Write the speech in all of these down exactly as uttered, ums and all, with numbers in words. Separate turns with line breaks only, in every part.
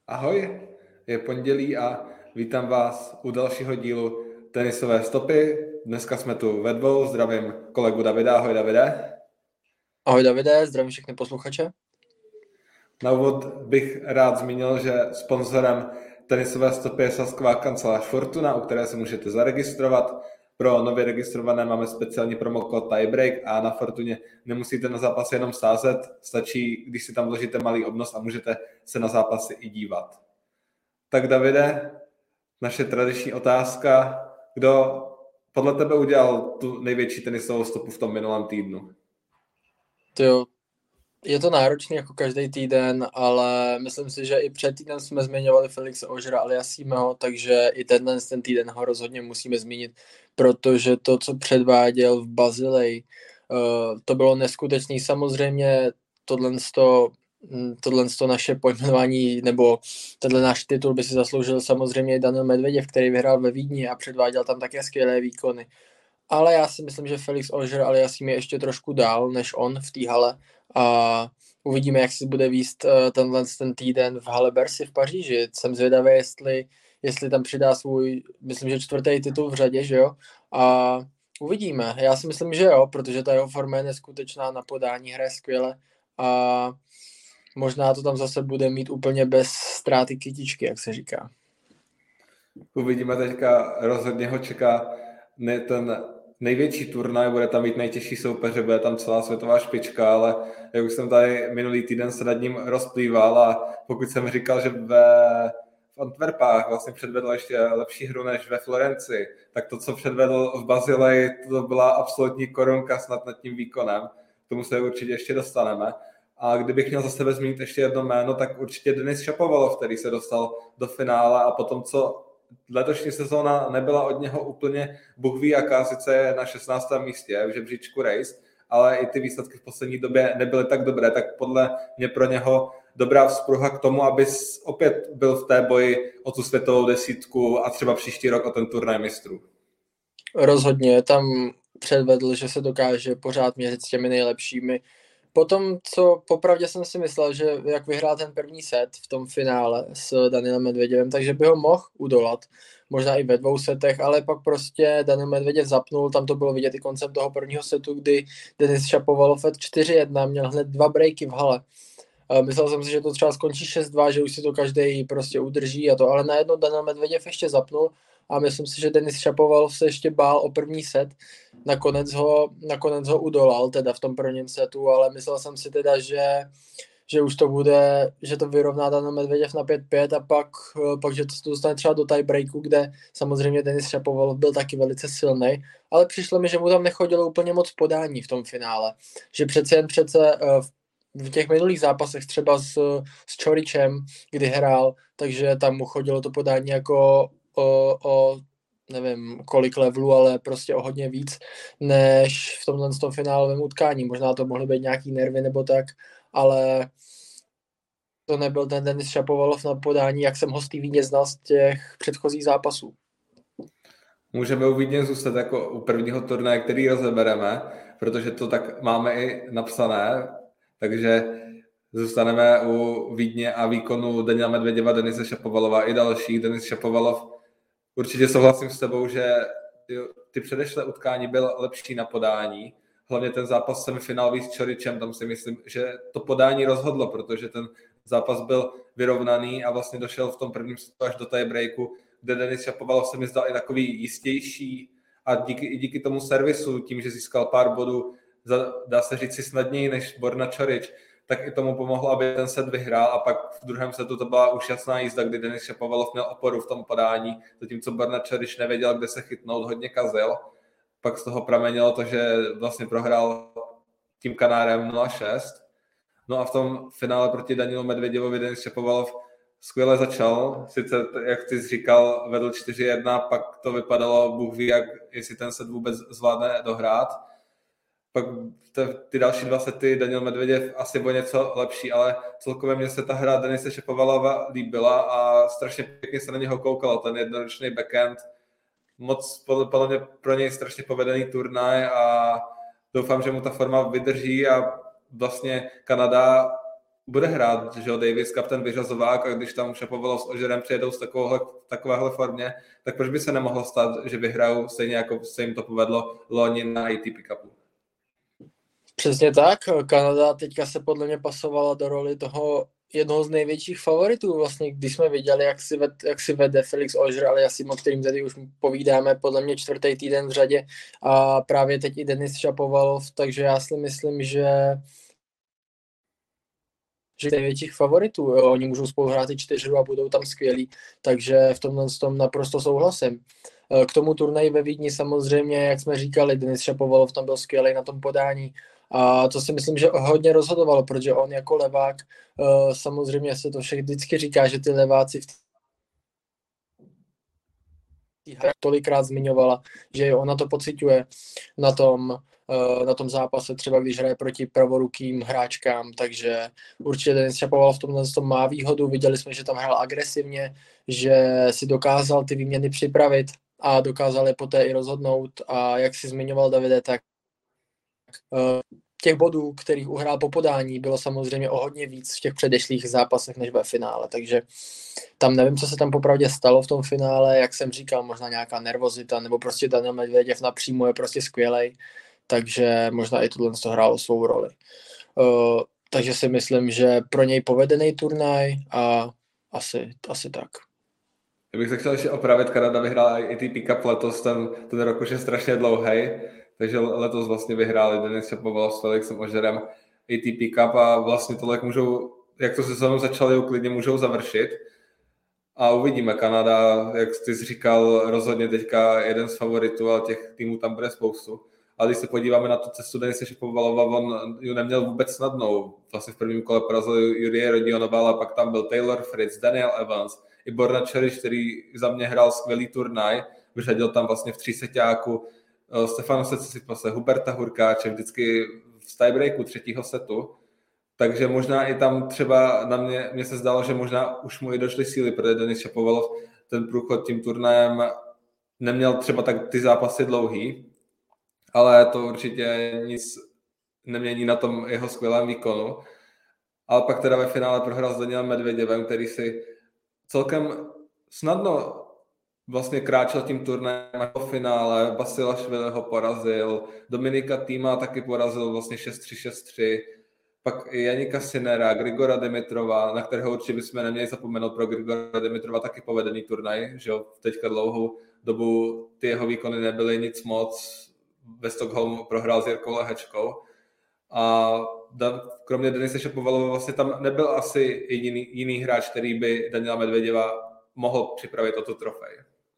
Ahoj, je pondělí a vítám vás u dalšího dílu Tenisové stopy. Dneska jsme tu ve dvou, zdravím kolegu Davida. Ahoj Davide.
Ahoj Davide, zdravím všechny posluchače.
Na úvod bych rád zmínil, že sponzorem Tenisové stopy je sázková kancelář Fortuna, u které se můžete zaregistrovat. Pro nově registrované máme speciální promokód Tiebreak a na Fortuně nemusíte na zápasy jenom sázet, stačí, když si tam vložíte malý obnos a můžete se na zápasy i dívat. Tak Davide, naše tradiční otázka, kdo podle tebe udělal tu největší tenisovou stopu v tom minulém týdnu?
Jo, je to náročný jako každý týden, ale myslím si, že i před týdnem jsme zmiňovali Felixe Augera Aliassimeho, takže i tenhle ten týden ho rozhodně musíme zmínit, protože to, co předváděl v Basileji, to bylo neskutečný. Samozřejmě tohle tohle naše pojmenování, nebo tenhle náš titul by si zasloužil samozřejmě i Daniil Medveděv, který vyhrál ve Vídni a předváděl tam také skvělé výkony. Ale já si myslím, že Felix Auger Aliassime je ještě trošku dál než on v té hale a uvidíme, jak si bude víst tenhle ten týden v hale Bercy v Paříži. Jsem zvědavý, jestli, jestli tam přidá svůj, myslím, že čtvrtý titul v řadě, že jo? A uvidíme. Já si myslím, že jo, protože ta jeho forma je neskutečná, na podání hraje skvěle a možná to tam zase bude mít úplně bez ztráty kytičky, jak se říká.
Uvidíme teďka, rozhodně ho čeká ne ten největší turnaj, bude tam mít nejtěžší soupeře, bude tam celá světová špička, ale jak už jsem tady minulý týden se nad ním rozplýval a pokud jsem říkal, že ve, v Antwerpách vlastně předvedl ještě lepší hru než ve Florenci, tak to, co předvedl v Basileji, to byla absolutní korunka snad nad tím výkonem. K tomu se určitě ještě dostaneme. A kdybych měl za sebe zmínit ještě jedno jméno, tak určitě Denis Shapovalov, který se dostal do finále a potom, co letošní sezóna nebyla od něho úplně bůh ví jaká, sice je na šestnáctém místě v žebříčku race, ale i ty výsledky v poslední době nebyly tak dobré, tak podle mě pro něho dobrá vzpruha k tomu, aby opět byl v té boji o tu světovou desítku a třeba příští rok o ten turnaj mistrů.
Rozhodně, tam předvedl, že se dokáže pořád měřit s těmi nejlepšími. Potom, co popravdě jsem si myslel, že jak vyhrál ten první set v tom finále s Danielem Medveděvem, takže by ho mohl udolat, možná i ve dvou setech, ale pak prostě Daniel Medveděv zapnul, tam to bylo vidět i koncem toho prvního setu, kdy Denis Shapovalov vedl čtyři jedna, měl hned dva breaky v hale. Myslel jsem si, že to třeba skončí šest dva, že už si to každý prostě udrží a to, ale najednou Daniel Medveděv ještě zapnul a myslím si, že Denis Shapovalov se ještě bál o první set, nakonec ho, nakonec ho udolal teda v tom prvním setu, ale myslel jsem si teda, že, že už to bude, že to vyrovná Daniel Medveděv na pět pět a pak, pak že to dostane třeba do tiebreaku, kde samozřejmě Denis Shapovalov byl taky velice silný, ale přišlo mi, že mu tam nechodilo úplně moc podání v tom finále, že přece jen přece v v těch minulých zápasech třeba s, s Čoričem, kdy hrál, takže tam mu chodilo to podání jako o, o nevím kolik levelů, ale prostě o hodně víc, než v tomhle tom finálovém utkání. Možná to mohly být nějaký nervy nebo tak, ale to nebyl ten Denis Shapovalov na podání, jak jsem ho z té Vídně znal z těch předchozích zápasů.
Můžeme u Vídně zůstat jako u prvního turnaje, který rozebereme, protože to tak máme i napsané. Takže zůstaneme u Vídně a výkonu Daniela Medveděva, Denise Shapovalova i dalších. Denis Shapovalov, určitě souhlasím s tebou, že ty předešlé utkání byl lepší na podání. Hlavně ten zápas semifinálový s Čoričem, tam si myslím, že to podání rozhodlo, protože ten zápas byl vyrovnaný a vlastně došel v tom prvním setu až do tiebreaku, kde Denis Shapovalov se mi zdal i takový jistější a díky, i díky tomu servisu, tím, že získal pár bodů, dá se říct si snadněji než Borna Čorič, tak i tomu pomohlo, aby ten set vyhrál a pak v druhém setu to byla už jasná jízda, kdy Denis Shapovalov měl oporu v tom podání, zatímco Borna Čorič nevěděl, kde se chytnout, hodně kazil. Pak z toho pramenilo to, že vlastně prohrál tím Kanárem nula šest. No a v tom finále proti Danielu Medveděvovi Denis Shapovalov skvěle začal, sice, jak ty jsi říkal, vedl čtyři jedna, pak to vypadalo, Bůh ví, jak, jestli ten set vůbec zvládne dohrát. Pak ty další dva sety Daniel Medveděv asi byl něco lepší, ale celkově mě se ta hra Denise Shapovalova líbila a strašně pěkně se na něho koukalo, ten jednoročný backhand. Moc podle mě pro něj strašně povedený turnaj a doufám, že mu ta forma vydrží a vlastně Kanada bude hrát, že jo, Davis Cup, ten vyřazovák, a když tam Shapovalov s Ožerem přijedou z takovéhle, takovéhle formě, tak proč by se nemohlo stát, že vyhrajou stejně jako se jim to povedlo loni na A T P Cupu.
Přesně tak, Kanada teďka se podle mě pasovala do roli toho jednoho z největších favoritů, vlastně, když jsme viděli, jak si, ved, jak si vede Felix Auger, ale asi o kterým tady už povídáme, podle mě čtvrtý týden v řadě a právě teď i Denis Shapovalov, takže já si myslím, že že největších favoritů, jo, oni můžou spolu hrát i čtyři a budou tam skvělí, takže v tomhle tom naprosto souhlasím. K tomu turnaji ve Vídni samozřejmě, jak jsme říkali, Denis Shapovalov tam byl skvělý na tom podání a to si myslím, že hodně rozhodovalo, protože on jako levák, samozřejmě se to všech vždycky říká, že ty leváci v té tolikrát zmiňovala, že ona to pociťuje na tom, na tom zápase, třeba když hraje proti pravorukým hráčkám, takže určitě Denis Shapovalov v tomhle tom má výhodu, viděli jsme, že tam hrál agresivně, že si dokázal ty výměny připravit a dokázal je poté i rozhodnout a jak si zmiňoval Davide, tak těch bodů, kterých uhrál po podání, bylo samozřejmě o hodně víc v těch předešlých zápasech než ve finále, takže tam nevím, co se tam popravdě stalo v tom finále, jak jsem říkal, možná nějaká nervozita, nebo prostě Daniel Medveděv napřímo je prostě skvělej, takže možná i tohle to hrálo svou roli. Uh, takže si myslím, že pro něj povedený turnaj a asi, asi tak.
Já bych se chtěl ještě opravit, Kanada vyhrála A T P Cup letos, ten, ten rok už je strašně dlouhý, takže letos vlastně vyhráli Denis Shapovalov s Felixem Augerem A T P Cup a vlastně tohle jak můžou, jak to sezónu začali, uklidně můžou završit. A uvidíme, Kanada, jak ty jsi říkal, rozhodně teďka jeden z favoritů, ale těch týmů tam bude spoustu. Ale když se podíváme na tu cestu Denise Shapovalova, on ji neměl vůbec snadnou. Vlastně v prvním kole porazil Jurie Rodionova, a pak tam byl Taylor Fritz, Daniel Evans, i Borna Čorić, který za mě hrál skvělý turnaj, vyřadil tam vlastně v tříseťáku Stefanose Tsitsipase, Huberta Hurkáče, vždycky v tiebreaku třetího setu. Takže možná i tam třeba na mě, mě se zdálo, že možná už mu i došly síly, protože Denis Shapovalov ten průchod tím turnajem neměl třeba tak ty zápasy dlouhý, ale to určitě nic nemění na tom jeho skvělém výkonu. Ale pak teda ve finále prohrál s Danielem Medveděvem, který si celkem snadno vlastně kráčel tím turnajem jako v finále, Basilashvili ho porazil, Dominika Thíma taky porazil vlastně šest tři, šest tři, pak Janika Sinnera, Grigora Dimitrova, na kterého určitě bychom neměli zapomenout, pro Grigora Dimitrova taky povedený turnaj, že jo, teďka dlouhou dobu ty jeho výkony nebyly nic moc, ve Stockholmu prohrál s Jirkou Lehečkou a kromě Denise Shapovalova vlastně tam nebyl asi jediný, jiný hráč, který by Daniela Medveděva mohl připravit o tu trofej.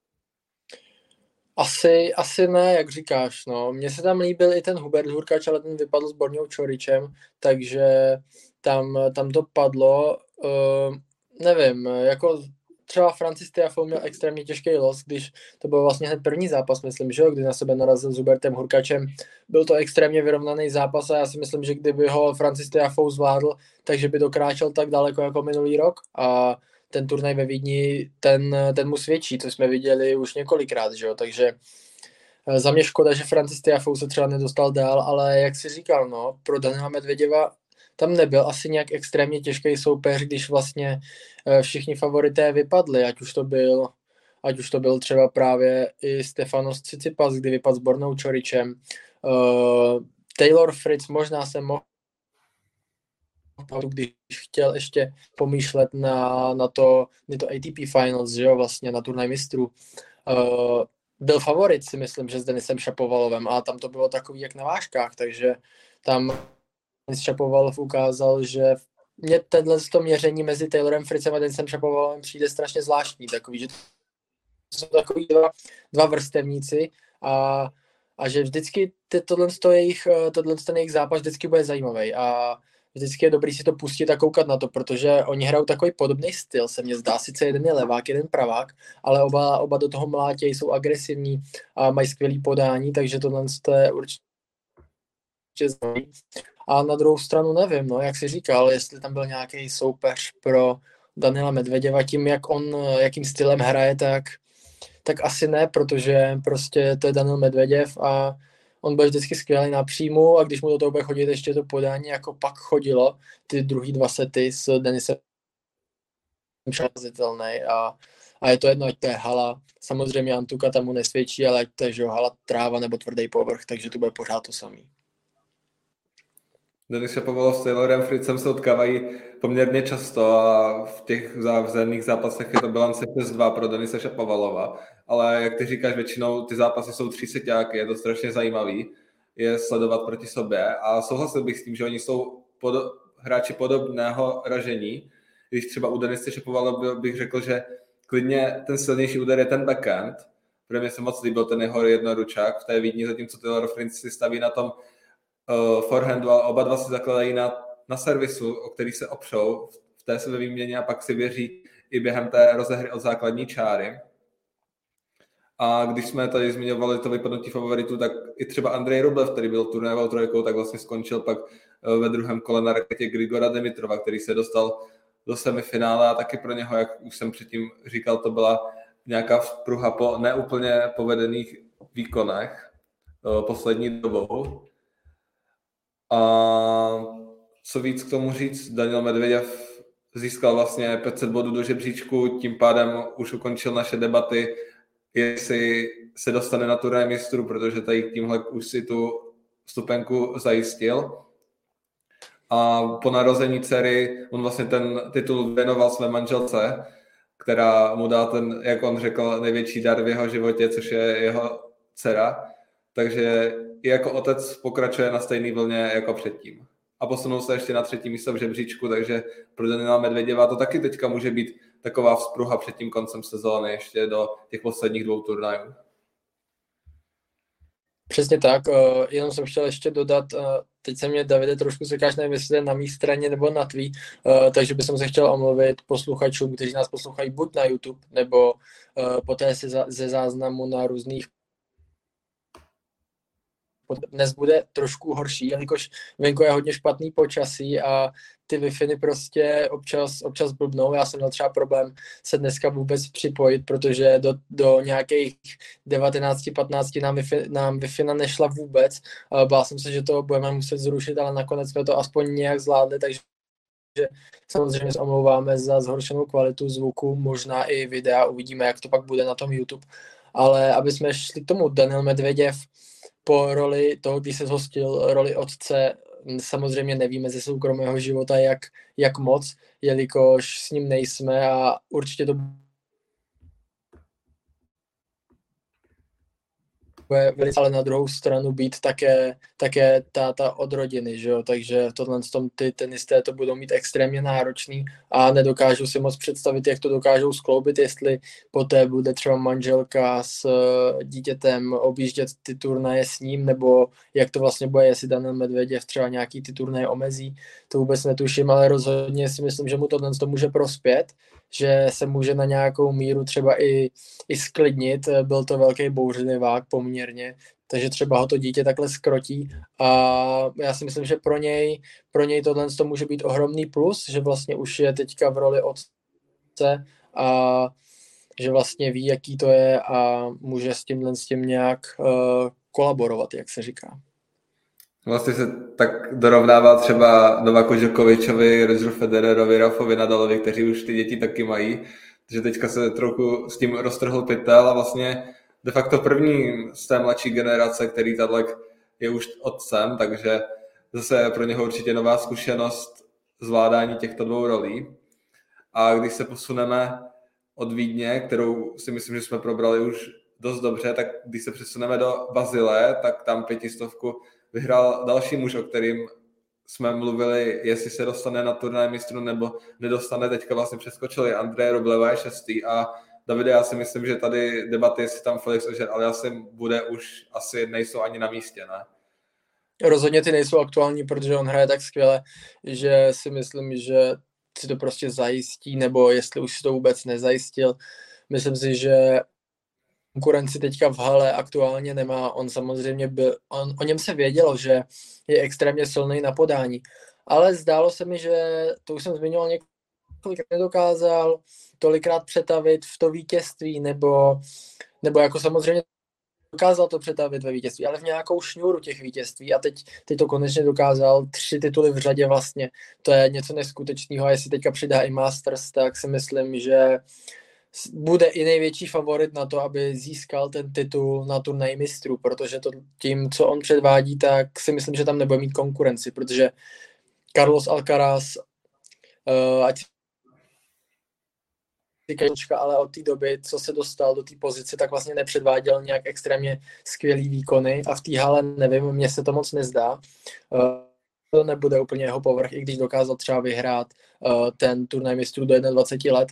Asi, asi ne, jak říkáš, no. Mně se tam líbil i ten Hubert Hurkáč, ale ten vypadl s Bornou Čoričem, takže tam, tam to padlo. Uh, nevím, jako třeba Francis Tiafoe měl extrémně těžký los, když to byl vlastně hned první zápas, myslím, že jo, kdy na sebe narazil s Hubertem Hurkáčem. Byl to extrémně vyrovnaný zápas a já si myslím, že kdyby ho Francis Tiafoe zvládl, takže by dokráčel tak daleko jako minulý rok a ten turnaj ve Vídni, ten, ten mu svědčí, to jsme viděli už několikrát, že jo, takže za mě škoda, že Francis Tiafoe se třeba nedostal dál, ale jak si říkal, no, pro Daniela Medveděva tam nebyl asi nějak extrémně těžký soupeř, když vlastně všichni favorité vypadli, ať už to byl, ať už to byl třeba právě i Stefanos Tsitsipas, kdy vypadl s Bornou Čoričem, uh, Taylor Fritz možná se mohl, když chtěl ještě pomýšlet na, na to, to A T P Finals, že jo, vlastně na turnaj mistrů. Uh, byl favorit, si myslím, že s Denisem Shapovalovem a tam to bylo takový jak na vážkách, takže tam Denis Shapovalov ukázal, že mě tenhle to měření mezi Taylorem Fritzem a Denisem Shapovalovem přijde strašně zvláštní, takový, že to jsou takový dva, dva vrstevníci a, a že vždycky tohle jejich, tohle ten jejich zápas vždycky bude zajímavý a vždycky je dobrý si to pustit a koukat na to, protože oni hrajou takový podobný styl, se mně zdá, sice jeden je levák, jeden pravák, ale oba, oba do toho mlátějí, jsou agresivní a mají skvělý podání, takže tohle je určitě zajímavý. A na druhou stranu nevím, no, jak jsi říkal, jestli tam byl nějaký soupeř pro Daniela Medveděva, tím, jak on, jakým stylem hraje, tak, tak asi ne, protože prostě to je Daniel Medveděv a on byl vždycky skvělý na příjmu a když mu do toho bude chodit ještě to podání, jako pak chodilo, ty druhý dva sety s Denisem přerazitelný a, a je to jedno, ať to je hala. Samozřejmě Antuka tam mu nesvědčí, ale ať to je že hala, tráva nebo tvrdý povrch, takže to bude pořád to samý.
Denis Shapovalov s Taylorem Fritzem se utkávají poměrně často a v těch vzájemných zápasech je to bilance šest dva pro Denise Shapovalova. Ale jak ty říkáš, většinou ty zápasy jsou tři seťáky, je to strašně zajímavý je sledovat proti sobě a souhlasil bych s tím, že oni jsou pod, hráči podobného ražení. Když třeba u Denise Shapovalova bych řekl, že klidně ten silnější úder je ten backhand, protože mě se moc líbil ten jeho jednoručák v té Vídni, zatímco Taylor Fritz si staví na tom uh, forehandu a oba dva si zakladají na, na servisu, o který se opřou v té své výměně a pak si věří i během té rozehry od základní čáry. A když jsme tady zmiňovali to vypadnutí favoritů, tak i třeba Andrej Rublev, který byl turnajovou trojkou, tak vlastně skončil pak ve druhém kole na raketě Grigora Dimitrova, který se dostal do semifinále a taky pro něho, jak už jsem předtím říkal, to byla nějaká vzpruha po neúplně povedených výkonech poslední dobou. A co víc k tomu říct, Daniel Medveděv získal vlastně pět set bodů do žebříčku, tím pádem už ukončil naše debaty, jestli se dostane na turnaj mistrů, protože tady tímhle už si tu vstupenku zajistil. A po narození dcery on vlastně ten titul věnoval své manželce, která mu dá ten, jak on řekl, největší dar v jeho životě, což je jeho dcera. Takže i jako otec pokračuje na stejné vlně jako předtím. A posunul se ještě na třetí místo v žebříčku, takže pro Daniela Medveděva to taky teďka může být taková vzpruha před tím koncem sezóny ještě do těch posledních dvou turnajů.
Přesně tak, jenom jsem chtěl ještě dodat, teď se mě, Davide, trošku sekáš, nevím, jestli na mý straně nebo na tvý, takže bych se chtěl omluvit posluchačům, kteří nás poslouchají buď na YouTube, nebo poté ze záznamu na různých. Dnes bude trošku horší, jelikož venku je hodně špatný počasí a ty Wi-Fi prostě občas, občas blbnou. Já jsem měl třeba problém se dneska vůbec připojit, protože do, do nějakých devatenáct patnáct nám Wi-Fi, nám Wi-Fi nešla vůbec. Bál jsem se, že to budeme muset zrušit, ale nakonec jsme to aspoň nějak zvládli, takže samozřejmě se omlouváme za zhoršenou kvalitu zvuku, možná i videa, uvidíme, jak to pak bude na tom YouTube. Ale aby jsme šli k tomu, Daniel Medveděv po roli toho, když se zhostil roli otce, samozřejmě nevíme ze soukromého života, jak, jak moc, jelikož s ním nejsme a určitě to bude velice, ale na druhou stranu být také, také táta od rodiny, že jo? Takže tohle tom ty tenisté to budou mít extrémně náročný a nedokážu si moc představit, jak to dokážou skloubit, jestli poté bude třeba manželka s dítětem objíždět ty turnaje s ním, nebo jak to vlastně bude, jestli Daniel Medveděv třeba nějaký ty turnaje omezí, to vůbec netuším, ale rozhodně si myslím, že mu tohle to může prospět, že se může na nějakou míru třeba i, i sklidnit. Byl to velký bouřlivák poměrně, takže třeba ho to dítě takhle skrotí a já si myslím, že pro něj, pro něj tohle to může být ohromný plus, že vlastně už je teďka v roli otce a že vlastně ví, jaký to je a může s tímhle s tím nějak uh, kolaborovat, jak se říká.
Vlastně se tak dorovnává třeba Novaku Djokovičovi, Rogeru Federerovi, Rafaovi Nadalovi, kteří už ty děti taky mají. Takže teďka se trochu s tím roztrhl pytel a vlastně de facto první z té mladší generace, který tato je už otcem, takže zase pro něho určitě nová zkušenost zvládání těchto dvou rolí. A když se posuneme od Vídně, kterou si myslím, že jsme probrali už dost dobře, tak když se přesuneme do Bazile, tak tam pětistovku vyhrál další muž, o kterým jsme mluvili, jestli se dostane na turnaj mistrů nebo nedostane. Teďka vlastně přeskočili Andreje Rubleva je šestý a Davide, já si myslím, že tady debaty, jestli tam Felix Auger-Aliassime bude, už asi nejsou ani na místě, ne?
Rozhodně ty nejsou aktuální, protože on hraje tak skvěle, že si myslím, že si to prostě zajistí, nebo jestli už si to vůbec nezajistil. Myslím si, že konkurenci teďka v hale aktuálně nemá. On samozřejmě byl, on, o něm se vědělo, že je extrémně silný na podání, ale zdálo se mi, že to už jsem zmiňoval několikrát, nedokázal tolikrát přetavit v to vítězství, nebo, nebo jako samozřejmě dokázal to přetavit ve vítězství, ale v nějakou šňůru těch vítězství a teď, teď to konečně dokázal, tři tituly v řadě vlastně, to je něco neskutečného a jestli teďka přidá i Masters, tak si myslím, že bude i největší favorit na to, aby získal ten titul na turnaj mistrů, protože to tím, co on předvádí, tak si myslím, že tam nebude mít konkurenci, protože Carlos Alcaraz, uh, ať ale od té doby, co se dostal do té pozice, tak vlastně nepředváděl nějak extrémně skvělý výkony a v té hale, nevím, mně se to moc nezdá. Uh, to nebude úplně jeho povrch, i když dokázal třeba vyhrát uh, ten turnaj mistrů do dvacet jedna let.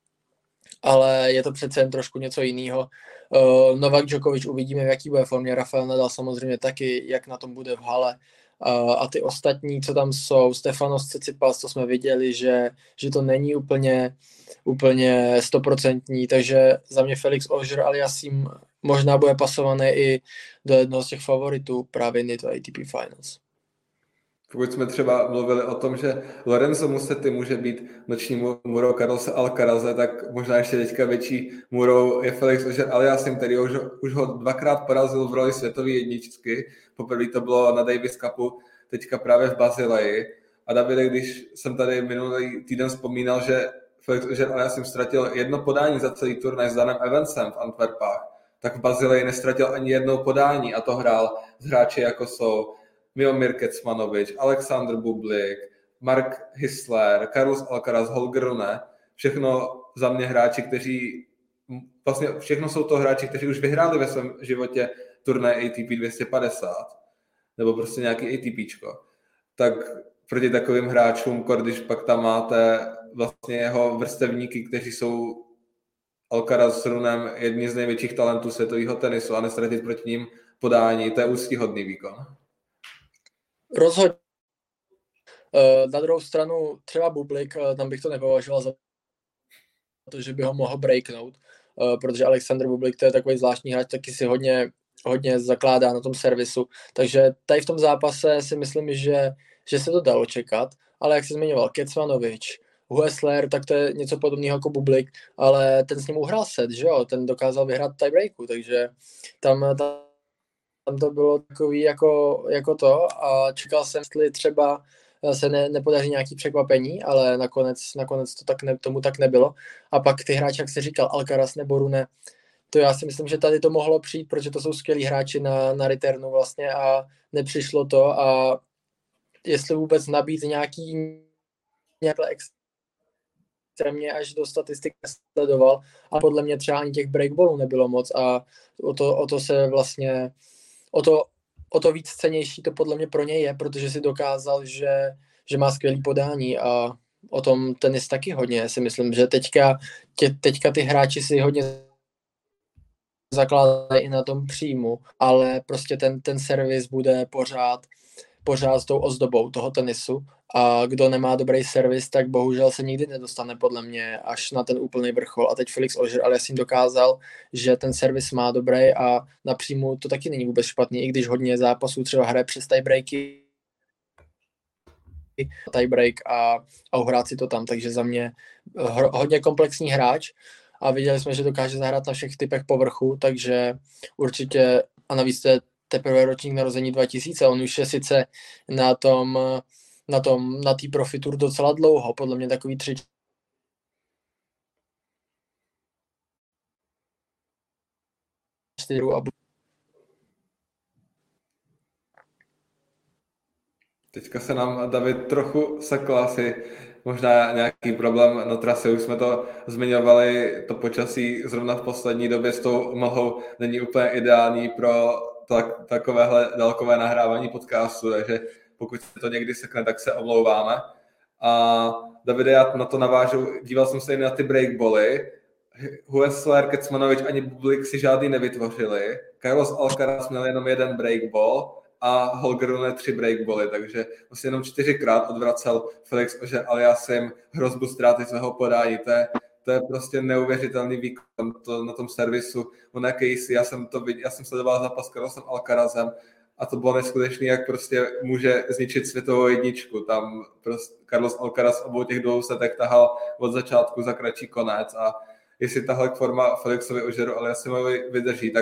Ale je to přece jen trošku něco jiného. Uh, Novak Djokovic uvidíme, v jaký bude formě, Rafael Nadal samozřejmě taky, jak na tom bude v hale. Uh, a ty ostatní, co tam jsou, Stefanos Tsitsipas, to jsme viděli, že, že to není úplně úplně stoprocentní, takže za mě Felix Auger-Aliassime možná bude pasovaný i do jednoho z těch favoritů právě Nitto A T P Finals.
Pokud jsme třeba mluvili o tom, že Lorenzo Musetti může být noční můrou Carlose Alcaraze, tak možná ještě teďka větší můrou je Felix Auger-Aliassime, který už, už ho dvakrát porazil v roli světové jedničky. Poprvé to bylo na Davis Cupu, teďka právě v Basileji. A Davide, když jsem tady minulý týden vzpomínal, že Felix Auger-Aliassime ztratil jedno podání za celý turnaj s Danem Evansem v Antwerpách, tak v Basileji nestratil ani jedno podání a to hrál s hráči jako jsou Miomir Kecmanovič, Alexander Bublik, Mark Hissler, Carlos Alcaraz, Holger Rune, všechno za mě hráči, kteří, vlastně všechno jsou to hráči, kteří už vyhráli ve svém životě turnaj A T P dvě stě padesát, nebo prostě nějaký ATPčko. Tak proti takovým hráčům, když pak tam máte vlastně jeho vrstevníky, kteří jsou Alcaraz s Runem jedni z největších talentů světového tenisu a nestratit proti ním podání, to je úctyhodný výkon.
Rozhodně. Uh, na druhou stranu třeba Bublik, uh, tam bych to nepovažoval za to, že by ho mohl breaknout, uh, protože Alexander Bublik to je takový zvláštní hráč, taky si hodně, hodně zakládá na tom servisu, takže tady v tom zápase si myslím, že, že se to dalo čekat, ale jak se zmiňoval Kecmanovič, Huesler, tak to je něco podobného jako Bublik, ale ten s ním uhrál set, že jo, ten dokázal vyhrát tiebreaku, takže tam, tam, tam to bylo takový jako, jako to a čekal jsem, jestli třeba se ne, nepodaří nějaký překvapení, ale nakonec, nakonec to tak ne, tomu tak nebylo. A pak ty hráči, jak jsi říkal, Alcaraz nebo Rune, to já si myslím, že tady to mohlo přijít, protože to jsou skvělí hráči na, na returnu vlastně a nepřišlo to a jestli vůbec nabít nějaký nějaké extrémně až do statistik sledoval a podle mě třeba ani těch breakballů nebylo moc a o to, o to se vlastně o to, o to víc cennější to podle mě pro něj je, protože si dokázal, že, že má skvělý podání a o tom tenis taky hodně si myslím, že teďka, tě, teďka ty hráči si hodně zakládají i na tom příjmu, ale prostě ten, ten servis bude pořád pořád s tou ozdobou toho tenisu a kdo nemá dobrý servis, tak bohužel se nikdy nedostane podle mě až na ten úplný vrchol a teď Felix Auger-Aliassime dokázal, že ten servis má dobrý a na příjmu to taky není vůbec špatný, i když hodně zápasů třeba hraje přes tiebreaky tiebreak a, a uhrát si to tam, takže za mě hodně komplexní hráč a viděli jsme, že dokáže zahrát na všech typech povrchu, takže určitě a navíc to je teprve ročník narození dva tisíce, on už je sice na tom, na tom, na té Profi Tour docela dlouho, podle mě takový tři čtyři a
Teďka se nám, David, trochu sekl asi možná nějaký problém na trase, už jsme to zmiňovali, to počasí zrovna v poslední době s tou mlhou není úplně ideální pro tak, takovéhle dálkové nahrávání podcastu, takže pokud se to někdy sekne, tak se omlouváme. A Davide, já na to navážu, díval jsem se i na ty breakbally, Huesler, Kecmanovič ani Bublik si žádný nevytvořili, Carlos Alcaraz měl jenom jeden breakball a Holger Rune tři breakbally, takže vlastně jenom čtyřikrát odvracel Felix Auger-Aliassime hrozbu ztráty svého podání. To je, to je prostě neuvěřitelný výkon to, na tom servisu. Ona Casey, já jsem, to viděl, já jsem sledoval zápas s Carlosem Alcarazem a to bylo neskutečné, jak prostě může zničit světovou jedničku. Tam prostě Carlos Alcaraz v obou těch dvou setech tahal od začátku za kratší konec a jestli tahle forma Felixovi Auger-Aliassimeovi vydrží, tak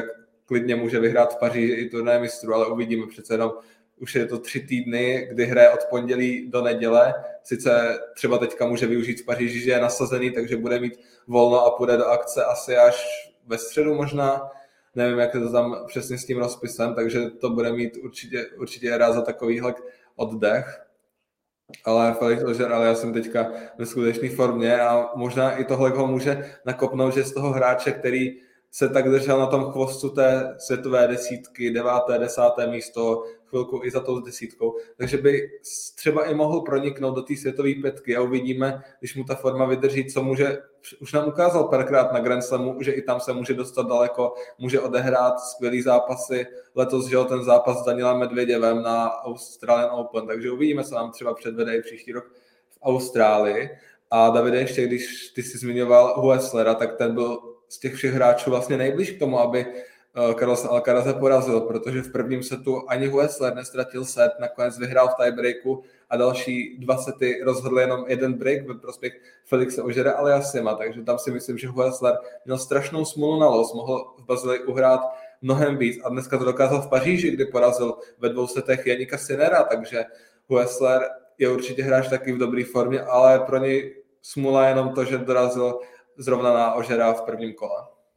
klidně může vyhrát v Paříži i turnaj mistrů, ale uvidíme, přece jenom už je to tři týdny, kdy hraje od pondělí do neděle. Sice třeba teďka může využít v Paříži, že je nasazený, takže bude mít volno a půjde do akce asi až ve středu možná. Nevím, jak je to tam přesně s tím rozpisem, takže to bude mít určitě, určitě rád za takovýhle oddech. Ale Felix Auger, ale já jsem teďka ve skutečné formě a možná i tohle ho může nakopnout, že z toho hráče, který se tak držel na tom chvostu té světové desítky, deváté, desáté místo, chvilku i za tou desítkou, takže by třeba i mohl proniknout do té světové pětky a uvidíme, když mu ta forma vydrží, co může, už nám ukázal párkrát na Grand Slamu, že i tam se může dostat daleko, může odehrát skvělý zápasy, letos, že ten zápas s Danielem Medvěděvem na Australian Open, takže uvidíme, co nám třeba předvede i příští rok v Austrálii. A Davide, ještě když ty jsi zmiňoval Hueslera, tak ten byl z těch všech hráčů vlastně nejblíž k tomu, aby Carlos Alcaraze porazil, protože v prvním setu ani Huesler nestratil set, nakonec vyhrál v tiebreaku a další dva sety rozhodl jenom jeden break ve prospěch Felixe Augera Aliassima, takže tam si myslím, že Huesler měl strašnou smůlu na los, mohl v Bazilii uhrát mnohem víc a dneska to dokázal v Paříži, kdy porazil ve dvou setech Janika Sinnera, takže Huesler je určitě hráč taky v dobré formě, ale pro něj smůla jenom to, že dorazil zrovna na Augera v prvním kole.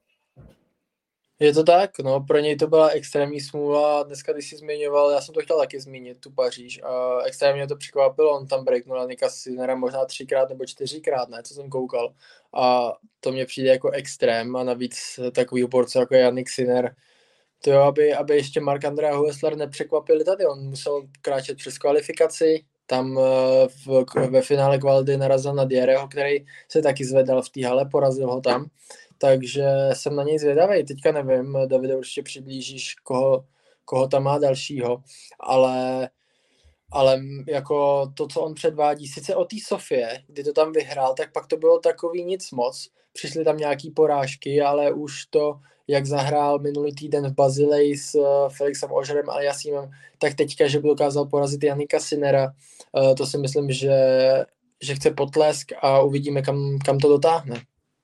Je to tak, no, pro něj to byla extrémní smůla, dneska když jsi zmiňoval, já jsem to chtěl taky zmínit, tu Paříž, a extrémně to překvapilo, on tam breaknul Janika Sinnera možná třikrát nebo čtyřikrát, ne, co jsem koukal, a to mně přijde jako extrém a navíc takový borce jako Jannik Sinner, to jo, aby, aby ještě Marc-André Huesler nepřekvapili tady, on musel kráčet přes kvalifikaci, tam v, ve finále kvality narazil na Diereho, který se taky zvedal v té hale, porazil ho tam. Takže jsem na něj zvědavý. Teďka nevím, Davide, určitě přiblížíš, koho, koho tam má dalšího, ale, ale jako to, co on předvádí, sice o té Sofie, kdy to tam vyhrál, tak pak to bylo takový nic moc. Přišly tam nějaký porážky, ale už to, jak zahrál minulý týden v Bazilii s Felixem Augerem Aliassimem, tak teďka, že by dokázal porazit Jannika Sinnera, to si myslím, že, že chce potlesk a uvidíme, kam, kam to dotáhne.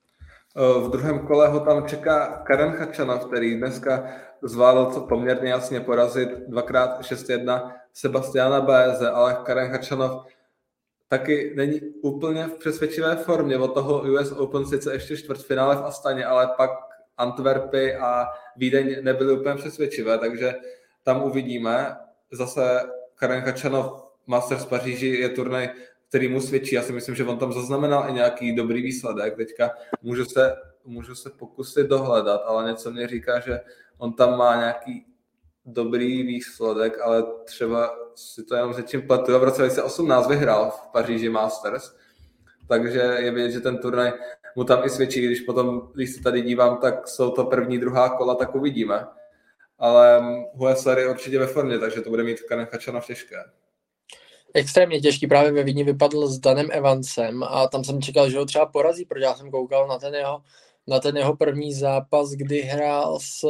V druhém kole ho tam čeká Karen Khachanov, který dneska zvládl co poměrně jasně porazit dvakrát šest jedna Sebastiana Baeze, ale Karen Khachanov taky není úplně v přesvědčivé formě. Od toho U S Open sice ještě čtvrtfinále v Astaně, ale pak Antwerpy a Vídeň nebyly úplně přesvědčivé, takže tam uvidíme. Zase Karen Khachanov Masters Paříži je turnaj, který mu svědčí. Já si myslím, že on tam zaznamenal i nějaký dobrý výsledek. Teďka můžu se, můžu se pokusit dohledat, ale něco mě říká, že on tam má nějaký dobrý výsledek, ale třeba si to jenom řečím pletu. V roce dva tisíce osmnáct vyhrál v Paříži Masters, takže je vidět, že ten turnaj mu tam i svědčí. Když potom, když se tady dívám, tak jsou to první, druhá kola, tak uvidíme. Ale Huesler je určitě ve formě, takže to bude mít Karen Khachanov těžké.
Extrémně těžký, právě ve Vídni vypadl s Danem Evansem a tam jsem čekal, že ho třeba porazí, protože já jsem koukal na ten jeho, na ten jeho první zápas, kdy hrál s,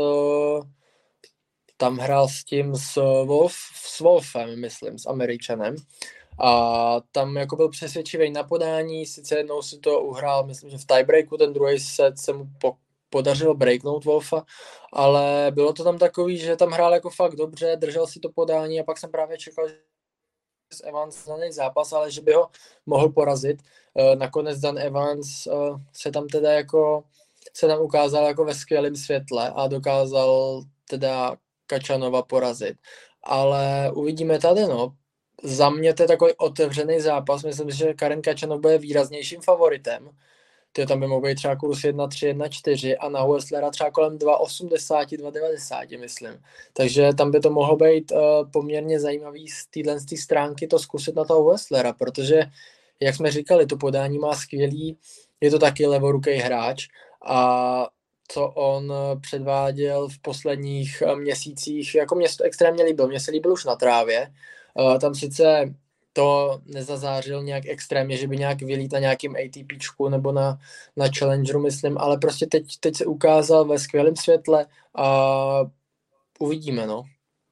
tam hrál s tím s, Wolf, s Wolfem, myslím, s Američanem. A tam jako byl přesvědčivý na podání, sice jednou si to uhrál, myslím, že v tiebreaku, ten druhý set se mu po, podařilo breaknout Wolfa, ale bylo to tam takový, že tam hrál jako fakt dobře, držel si to podání a pak jsem právě čekal, že s Evans znaný zápas, ale že by ho mohl porazit. Nakonec Dan Evans se tam teda jako se tam ukázal jako ve skvělém světle a dokázal teda Khachanova porazit. Ale uvidíme tady, no. Za mě to je takový otevřený zápas. Myslím si, že Karen Khachanov bude výraznějším favoritem. Ty tam by mohl být třeba kurz jedna tři, jedna čtyři a na Hueslera třeba kolem dva osmdesát, dva devadesát, myslím. Takže tam by to mohlo být uh, poměrně zajímavý z téhle stránky to zkusit na toho Hueslera, protože, jak jsme říkali, to podání má skvělý, je to taky levoruký hráč a co on předváděl v posledních měsících, jako mě to extrémně líbil, mně se líbil už na trávě, uh, tam sice to nezazářil nějak extrémně, že by nějak vylít na nějakým ATPčku nebo na, na Challengeru, myslím, ale prostě teď, teď se ukázal ve skvělém světle a uvidíme, no.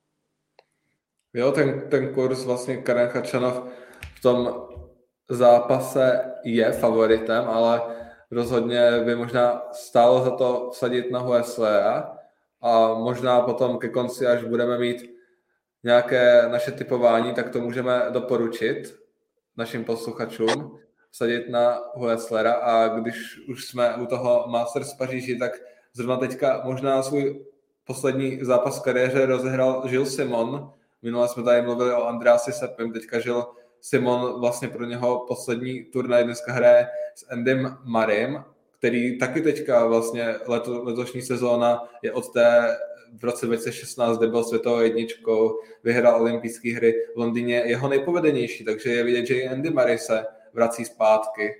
Jo, ten, ten kurz vlastně Karen Khachanov v tom zápase je favoritem, ale rozhodně by možná stálo za to vsadit na Hueslera a možná potom ke konci, až budeme mít nějaké naše typování, tak to můžeme doporučit našim posluchačům, vsadit na Hueslera a když už jsme u toho Masters Paříži, tak zrovna teďka možná svůj poslední zápas v kariéře rozehrál Gilles Simon. Minule jsme tady mluvili o Andreasi Seppem, teďka Gilles Simon vlastně pro něho poslední turnaj dneska hraje s Andym Murraym, který taky teďka vlastně leto, letošní sezóna je od té v roce dva tisíce šestnáct, kde byl světovou jedničkou, vyhrál olympijské hry v Londýně, jeho nejpovedenější, takže je vidět, že i Andy Murray se vrací zpátky.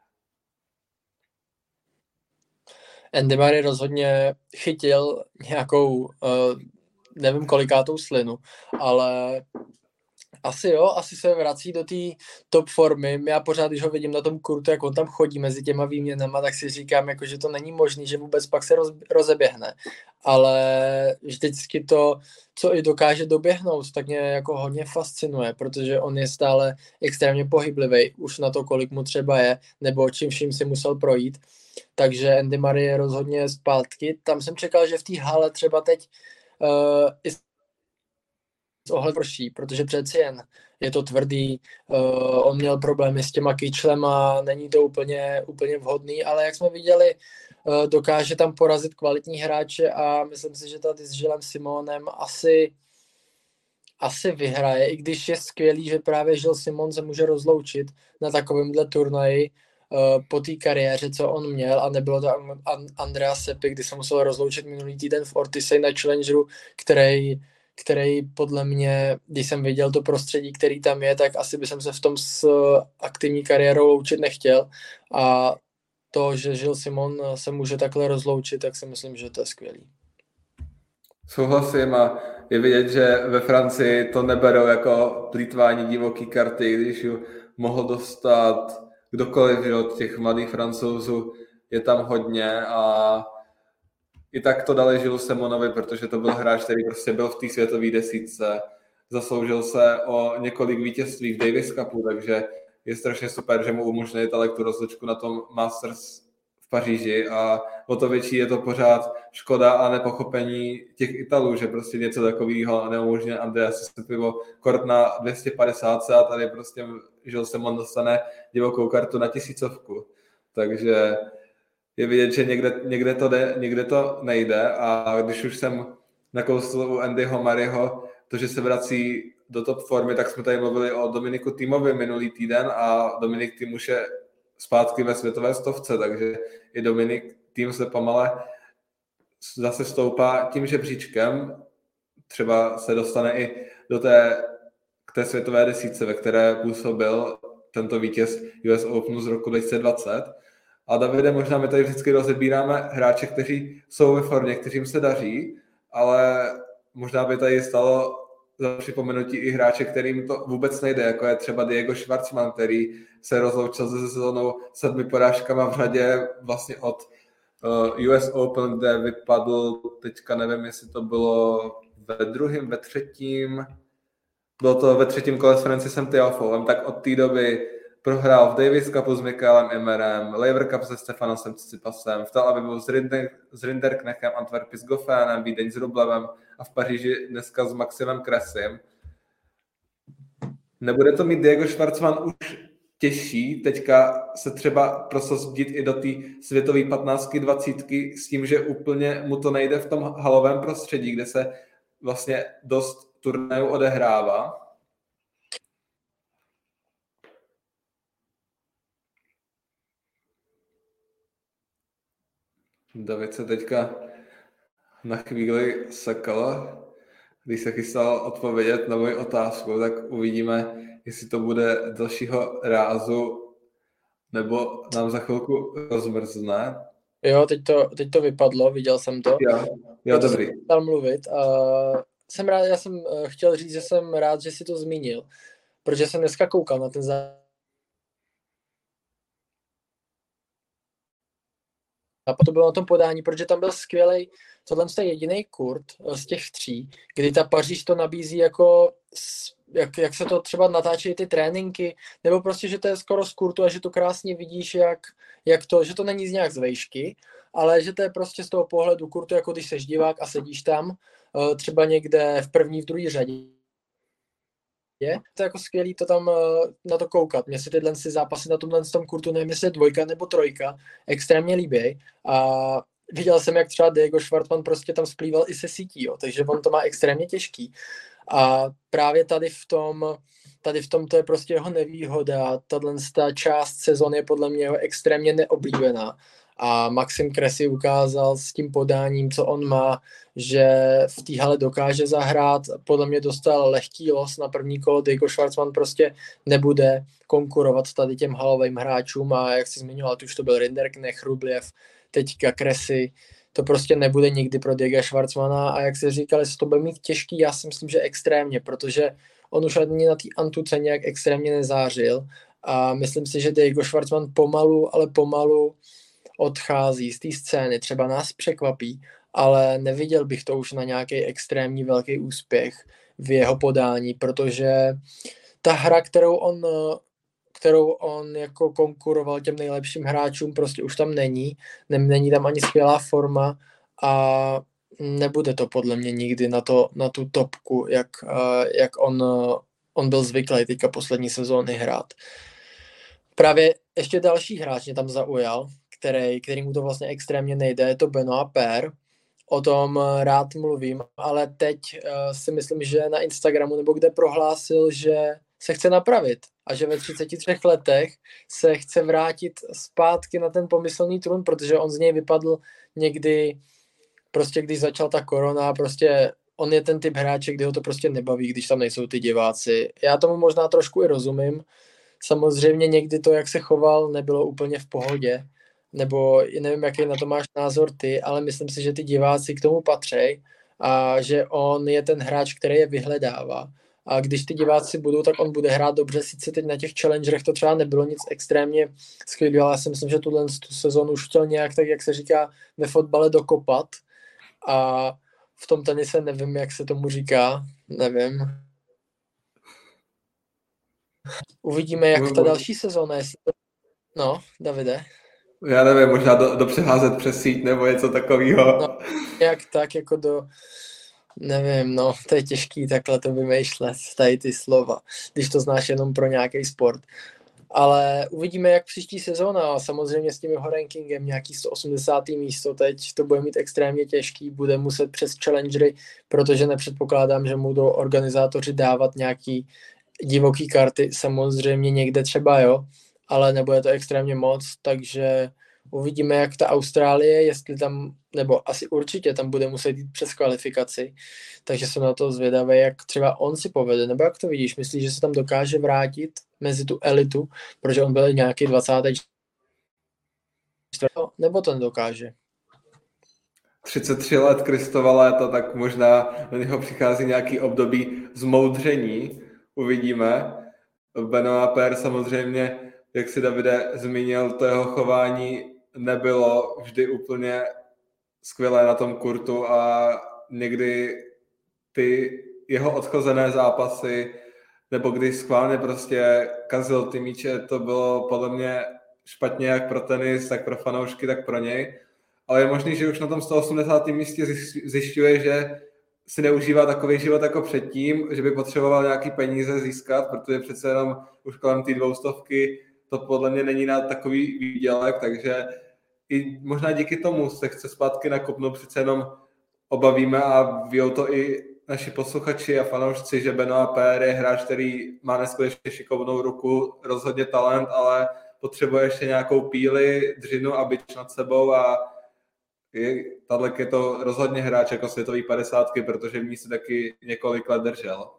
Andy Murray rozhodně chytil nějakou, uh, nevím kolikátou slinu, ale asi jo, asi se vrací do té top formy. Já pořád, když ho vidím na tom kurtu, jak on tam chodí mezi těma výměnama, tak si říkám, jako, že to není možné, že vůbec pak se roz, rozeběhne. Ale vždycky to, co i dokáže doběhnout, tak mě jako hodně fascinuje, protože on je stále extrémně pohyblivý, už na to, kolik mu třeba je, nebo čím vším si musel projít. Takže Andy Murray je rozhodně zpátky. Tam jsem čekal, že v té hale třeba teď uh, i ohled prší, protože přeci jen je to tvrdý, uh, on měl problémy s těma kyčlem a není to úplně, úplně vhodný, ale jak jsme viděli, uh, dokáže tam porazit kvalitní hráče a myslím si, že tady s Gillem Simonem asi, asi vyhraje, i když je skvělý, že právě Gilles Simon se může rozloučit na takovémhle turnaji uh, po té kariéře, co on měl a nebylo to Andrea Seppi, kdy se musel rozloučit minulý týden v Ortisei na Challengeru, který který podle mě, když jsem viděl to prostředí, který tam je, tak asi bych se v tom s aktivní kariérou loučit nechtěl. A to, že Gilles Simon se může takhle rozloučit, tak si myslím, že to je skvělý.
Souhlasím a je vidět, že ve Francii to neberou jako plýtvání divoký karty, když ju mohl dostat kdokoliv, že od těch mladých Francouzů je tam hodně a i tak to dali Gilles Simonovi, protože to byl hráč, který prostě byl v té světové desítce, zasloužil se o několik vítězství v Davis Cupu, takže je strašně super, že mu umožnili ale tu rozlučku na tom Masters v Paříži a o to větší je to pořád škoda a nepochopení těch Italů, že prostě něco takového neumožňuje Andrea Seppivo kort na dvě stě padesát a tady prostě Gilles Simon dostane divokou kartu na tisícovku. Takže je vidět, že někde, někde, to jde, někde to nejde a když už jsem nakousl u Andyho Murrayho to, že se vrací do top formy, tak jsme tady mluvili o Dominiku Thiemovi minulý týden a Dominik Thiem už je zpátky ve světové stovce, takže i Dominik Thiem se pomale zase stoupá tím žebříčkem, třeba se dostane i do té, k té světové desítce, ve které působil tento vítěz U S Openu z roku dva tisíce dvacet. A Davide, možná my tady vždycky rozebíráme hráče, kteří jsou ve formě, kteřím se daří, ale možná by tady stalo za připomenutí i hráče, kterým to vůbec nejde, jako je třeba Diego Schwartzman, který se rozloučil se sezónou sedmi porážkama v řadě vlastně od uh, U S Open, kde vypadl, teďka nevím, jestli to bylo ve druhém, ve třetím, bylo to ve třetím kole s Francisem Tiafoem, tak od té doby prohrál v Davis Cupu s Michaelem Immerem, Laver Cup se Stefanosem Tsitsipasem, v Tel Avivu s, Rinder, s Rinderknechem, Antwerpy s Goffénem, Vídeň s Rublevem a v Paříži dneska s Maximem Kressim. Nebude to mít Diego Schwartzman už těžší, teďka se třeba prosadit i do té světové patnáctky, dvacítky s tím, že úplně mu to nejde v tom halovém prostředí, kde se vlastně dost turnajů odehrává. David se teďka na chvíli sekal, když se chystal odpovědět na moji otázku, tak uvidíme, jestli to bude dalšího rázu, nebo nám za chvilku rozmrzne.
Jo, teď to, teď to vypadlo, viděl jsem to.
Jo, jo dobrý.
Jsem chtěl mluvit a jsem rád, já jsem chtěl říct, že jsem rád, že si to zmínil, protože jsem dneska koukal na ten zápas. A to bylo na tom podání, protože tam byl skvělej, tohle je jediný kurt z těch tří, kdy ta Paříž to nabízí jako jak, jak se to třeba natáčí ty tréninky, nebo prostě, že to je skoro z kurtu a že to krásně vidíš, jak, jak to, že to není z nějak z vejšky, ale že to je prostě z toho pohledu kurtu, jako když seš divák a sedíš tam, třeba někde v první, v druhé řadě. Je to jako skvělý to tam na to koukat. Mně se tyhle zápasy na tomhle tom kurtu, nevím, jestli je dvojka nebo trojka, extrémně líbí. A viděl jsem, jak třeba Diego Schwartzman prostě tam splýval i se sítí, jo, takže on to má extrémně těžký. A právě tady v tom, tady v tom to je prostě jeho nevýhoda. Tahle ta část sezóny je podle mě jeho extrémně neoblíbená. A Maxim Cressy ukázal s tím podáním, co on má, že v té hale dokáže zahrát. Podle mě dostal lehký los na první kolo. Diego Schwartzman prostě nebude konkurovat tady těm halovým hráčům a jak si zmiňoval, už to byl Rinderknecht, Rubljev, teďka Cressy. To prostě nebude nikdy pro Diego Schwartzmana a jak se říkali, jestli to bude mít těžký, já si myslím, že extrémně, protože on už ani na té Antuce nějak extrémně nezářil a myslím si, že Diego Schwartzman pomalu, ale pomalu odchází z té scény. Třeba nás překvapí, ale neviděl bych to už na nějaký extrémní velký úspěch v jeho podání, protože ta hra, kterou on kterou on jako konkuroval těm nejlepším hráčům, prostě už tam není. Není tam ani skvělá forma a nebude to podle mě nikdy na, to, na tu topku, jak, jak on, on byl zvyklý teďka poslední sezóny hrát. Právě ještě další hráč mě tam zaujal, který, který mu to vlastně extrémně nejde, je to Benoit Paire. O tom rád mluvím, ale teď uh, si myslím, že na Instagramu nebo kde prohlásil, že se chce napravit a že ve třiceti třech letech se chce vrátit zpátky na ten pomyslný trůn, protože on z něj vypadl někdy, prostě když začal ta korona, prostě on je ten typ hráče, kdy ho to prostě nebaví, když tam nejsou ty diváci. Já tomu možná trošku i rozumím. Samozřejmě někdy to, jak se choval, nebylo úplně v pohodě, nebo nevím, jaký na to máš názor ty, ale myslím si, že ty diváci k tomu patří a že on je ten hráč, který je vyhledává. A když ty diváci budou, tak on bude hrát dobře. Sice teď na těch challengerech to třeba nebylo nic extrémně skvělého, ale já si myslím, že tuhle tu sezonu už chtěl nějak, tak jak se říká ve fotbale, dokopat. A v tom tenise nevím, jak se tomu říká, nevím. Uvidíme, jak ta další sezóna je. No, Davide.
Já nevím, možná do, do přeházet přes síť nebo něco takového.
No, jak tak, jako do... Nevím, no, to je těžký takhle to vymýšlet, tady ty slova, když to znáš jenom pro nějaký sport. Ale uvidíme, jak příští sezóna a samozřejmě s tím jeho rankingem nějaký sto osmdesátý místo teď to bude mít extrémně těžký, bude muset přes challengery, protože nepředpokládám, že mu do organizátoři dávat nějaký divoký karty, samozřejmě někde třeba jo, ale nebude to extrémně moc, takže uvidíme, jak ta Austrálie, jestli tam, nebo asi určitě tam bude muset jít přes kvalifikaci, takže jsem na to zvědavý, jak třeba on si povede, nebo jak to vidíš, myslíš, že se tam dokáže vrátit mezi tu elitu, protože on byl nějaký dvacátý čtvrtý nebo to nedokáže?
třicet tři let Kristova léta, tak možná na něho přichází nějaký období zmoudření, uvidíme. Benoit Paire samozřejmě, jak si Davide zmínil, to jeho chování nebylo vždy úplně skvělé na tom kurtu a někdy ty jeho odchozené zápasy nebo když schválně prostě kazil ty míče, to bylo podle mě špatně jak pro tenis, tak pro fanoušky, tak pro něj. Ale je možný, že už na tom sto osmdesátém místě zjišťuje, že si neužívá takový život jako předtím, že by potřeboval nějaký peníze získat, protože přece jenom už kolem té dvoustovky to podle mě není na takový výdělek, takže i možná díky tomu se chce zpátky nakopnout, přece jenom obavíme a víjou to i naši posluchači a fanoušci, že Benoit Paire je hráč, který má neskutečně šikovnou ruku, rozhodně talent, ale potřebuje ještě nějakou píli, dřinu a bič nad sebou a je, tato je to rozhodně hráč jako světový padesátky, protože v ní se taky několik let držel.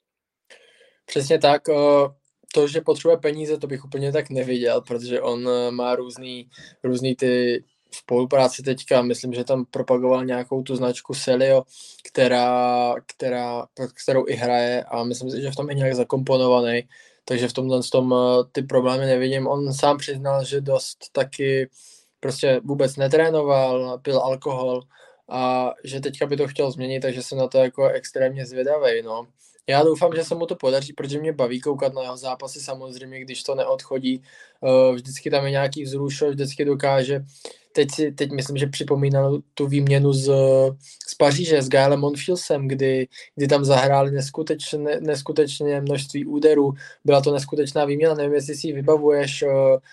Přesně tak. To, že potřebuje peníze, to bych úplně tak neviděl, protože on má různý, různý ty spolupráci teďka. Myslím, že tam propagoval nějakou tu značku Celio, která, která, kterou i hraje a myslím si, že v tom je nějak zakomponovaný. Takže v tomhle tom ty problémy nevidím. On sám přiznal, že dost taky prostě vůbec netrénoval, pil alkohol a že teďka by to chtěl změnit, takže jsem na to jako extrémně zvědavej, no. Já doufám, že se mu to podaří, protože mě baví koukat na jeho zápasy samozřejmě, když to neodchodí. Vždycky tam je nějaký vzrušo, vždycky dokáže. Teď, si, teď myslím, že připomínal tu výměnu z, z Paříže s Gaelem Monfilsem, kdy, kdy tam zahráli neskutečně, neskutečně množství úderů. Byla to neskutečná výměna, nevím, jestli si ji vybavuješ.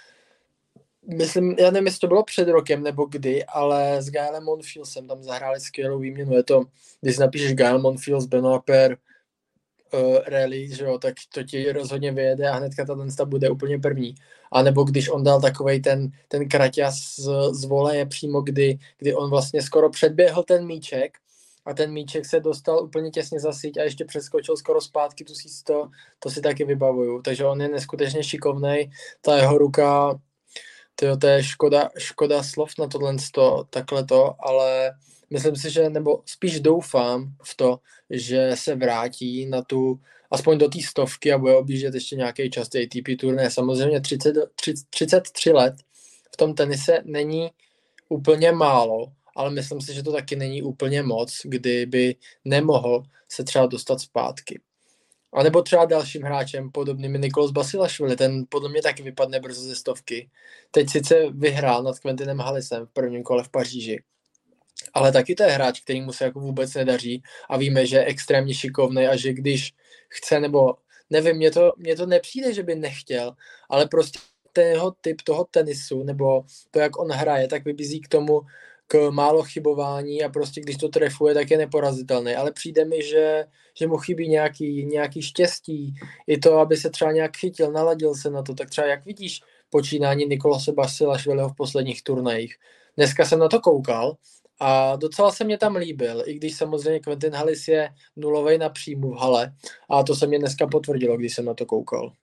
Myslím, já nevím, jestli to bylo před rokem nebo kdy, ale s Gaelem Monfilsem tam zahráli skvělou výměnu. Je to, když napíšeš Gael Monfils, Benoit Paire, Uh, rally, že jo, tak to ti rozhodně vyjede a hnedka ta tensta bude úplně první. A nebo když on dal takovej ten, ten kraťas z, z voleje přímo, kdy, kdy on vlastně skoro předběhl ten míček a ten míček se dostal úplně těsně za síť a ještě přeskočil skoro zpátky, tu si to, to si taky vybavuju. Takže on je neskutečně šikovnej, ta jeho ruka, tyjo, to je škoda, škoda slov na tohle, takhle to, ale myslím si, že, nebo spíš doufám v to, že se vrátí na tu, aspoň do té stovky a bude objíždět ještě nějaký čas A T P turné. Samozřejmě třicet, třicet tři let v tom tenise není úplně málo, ale myslím si, že to taky není úplně moc, kdyby nemohl se třeba dostat zpátky. A nebo třeba dalším hráčem podobným je Nicolas Basilashvili, ten podle mě taky vypadne brzo ze stovky. Teď sice vyhrál nad Quentinem Hallisem v prvním kole v Paříži, ale taky to je hráč, který mu se jako vůbec nedaří a víme, že je extrémně šikovný a že když chce, nebo nevím, mně to, mně to nepřijde, že by nechtěl, ale prostě ten jeho typ toho tenisu, nebo to, jak on hraje, tak vybízí k tomu, k málo chybování a prostě když to trefuje, tak je neporazitelný, ale přijde mi, že, že mu chybí nějaký, nějaký štěstí, i to, aby se třeba nějak chytil, naladil se na to, tak třeba jak vidíš počínání Nicolase Basilashviliho v posledních turnajích. Dneska jsem na to koukal a docela se mě tam líbil, i když samozřejmě Quentin Hallis je nulovej na příjmu v hale a to se mě dneska potvrdilo, když jsem na to koukal.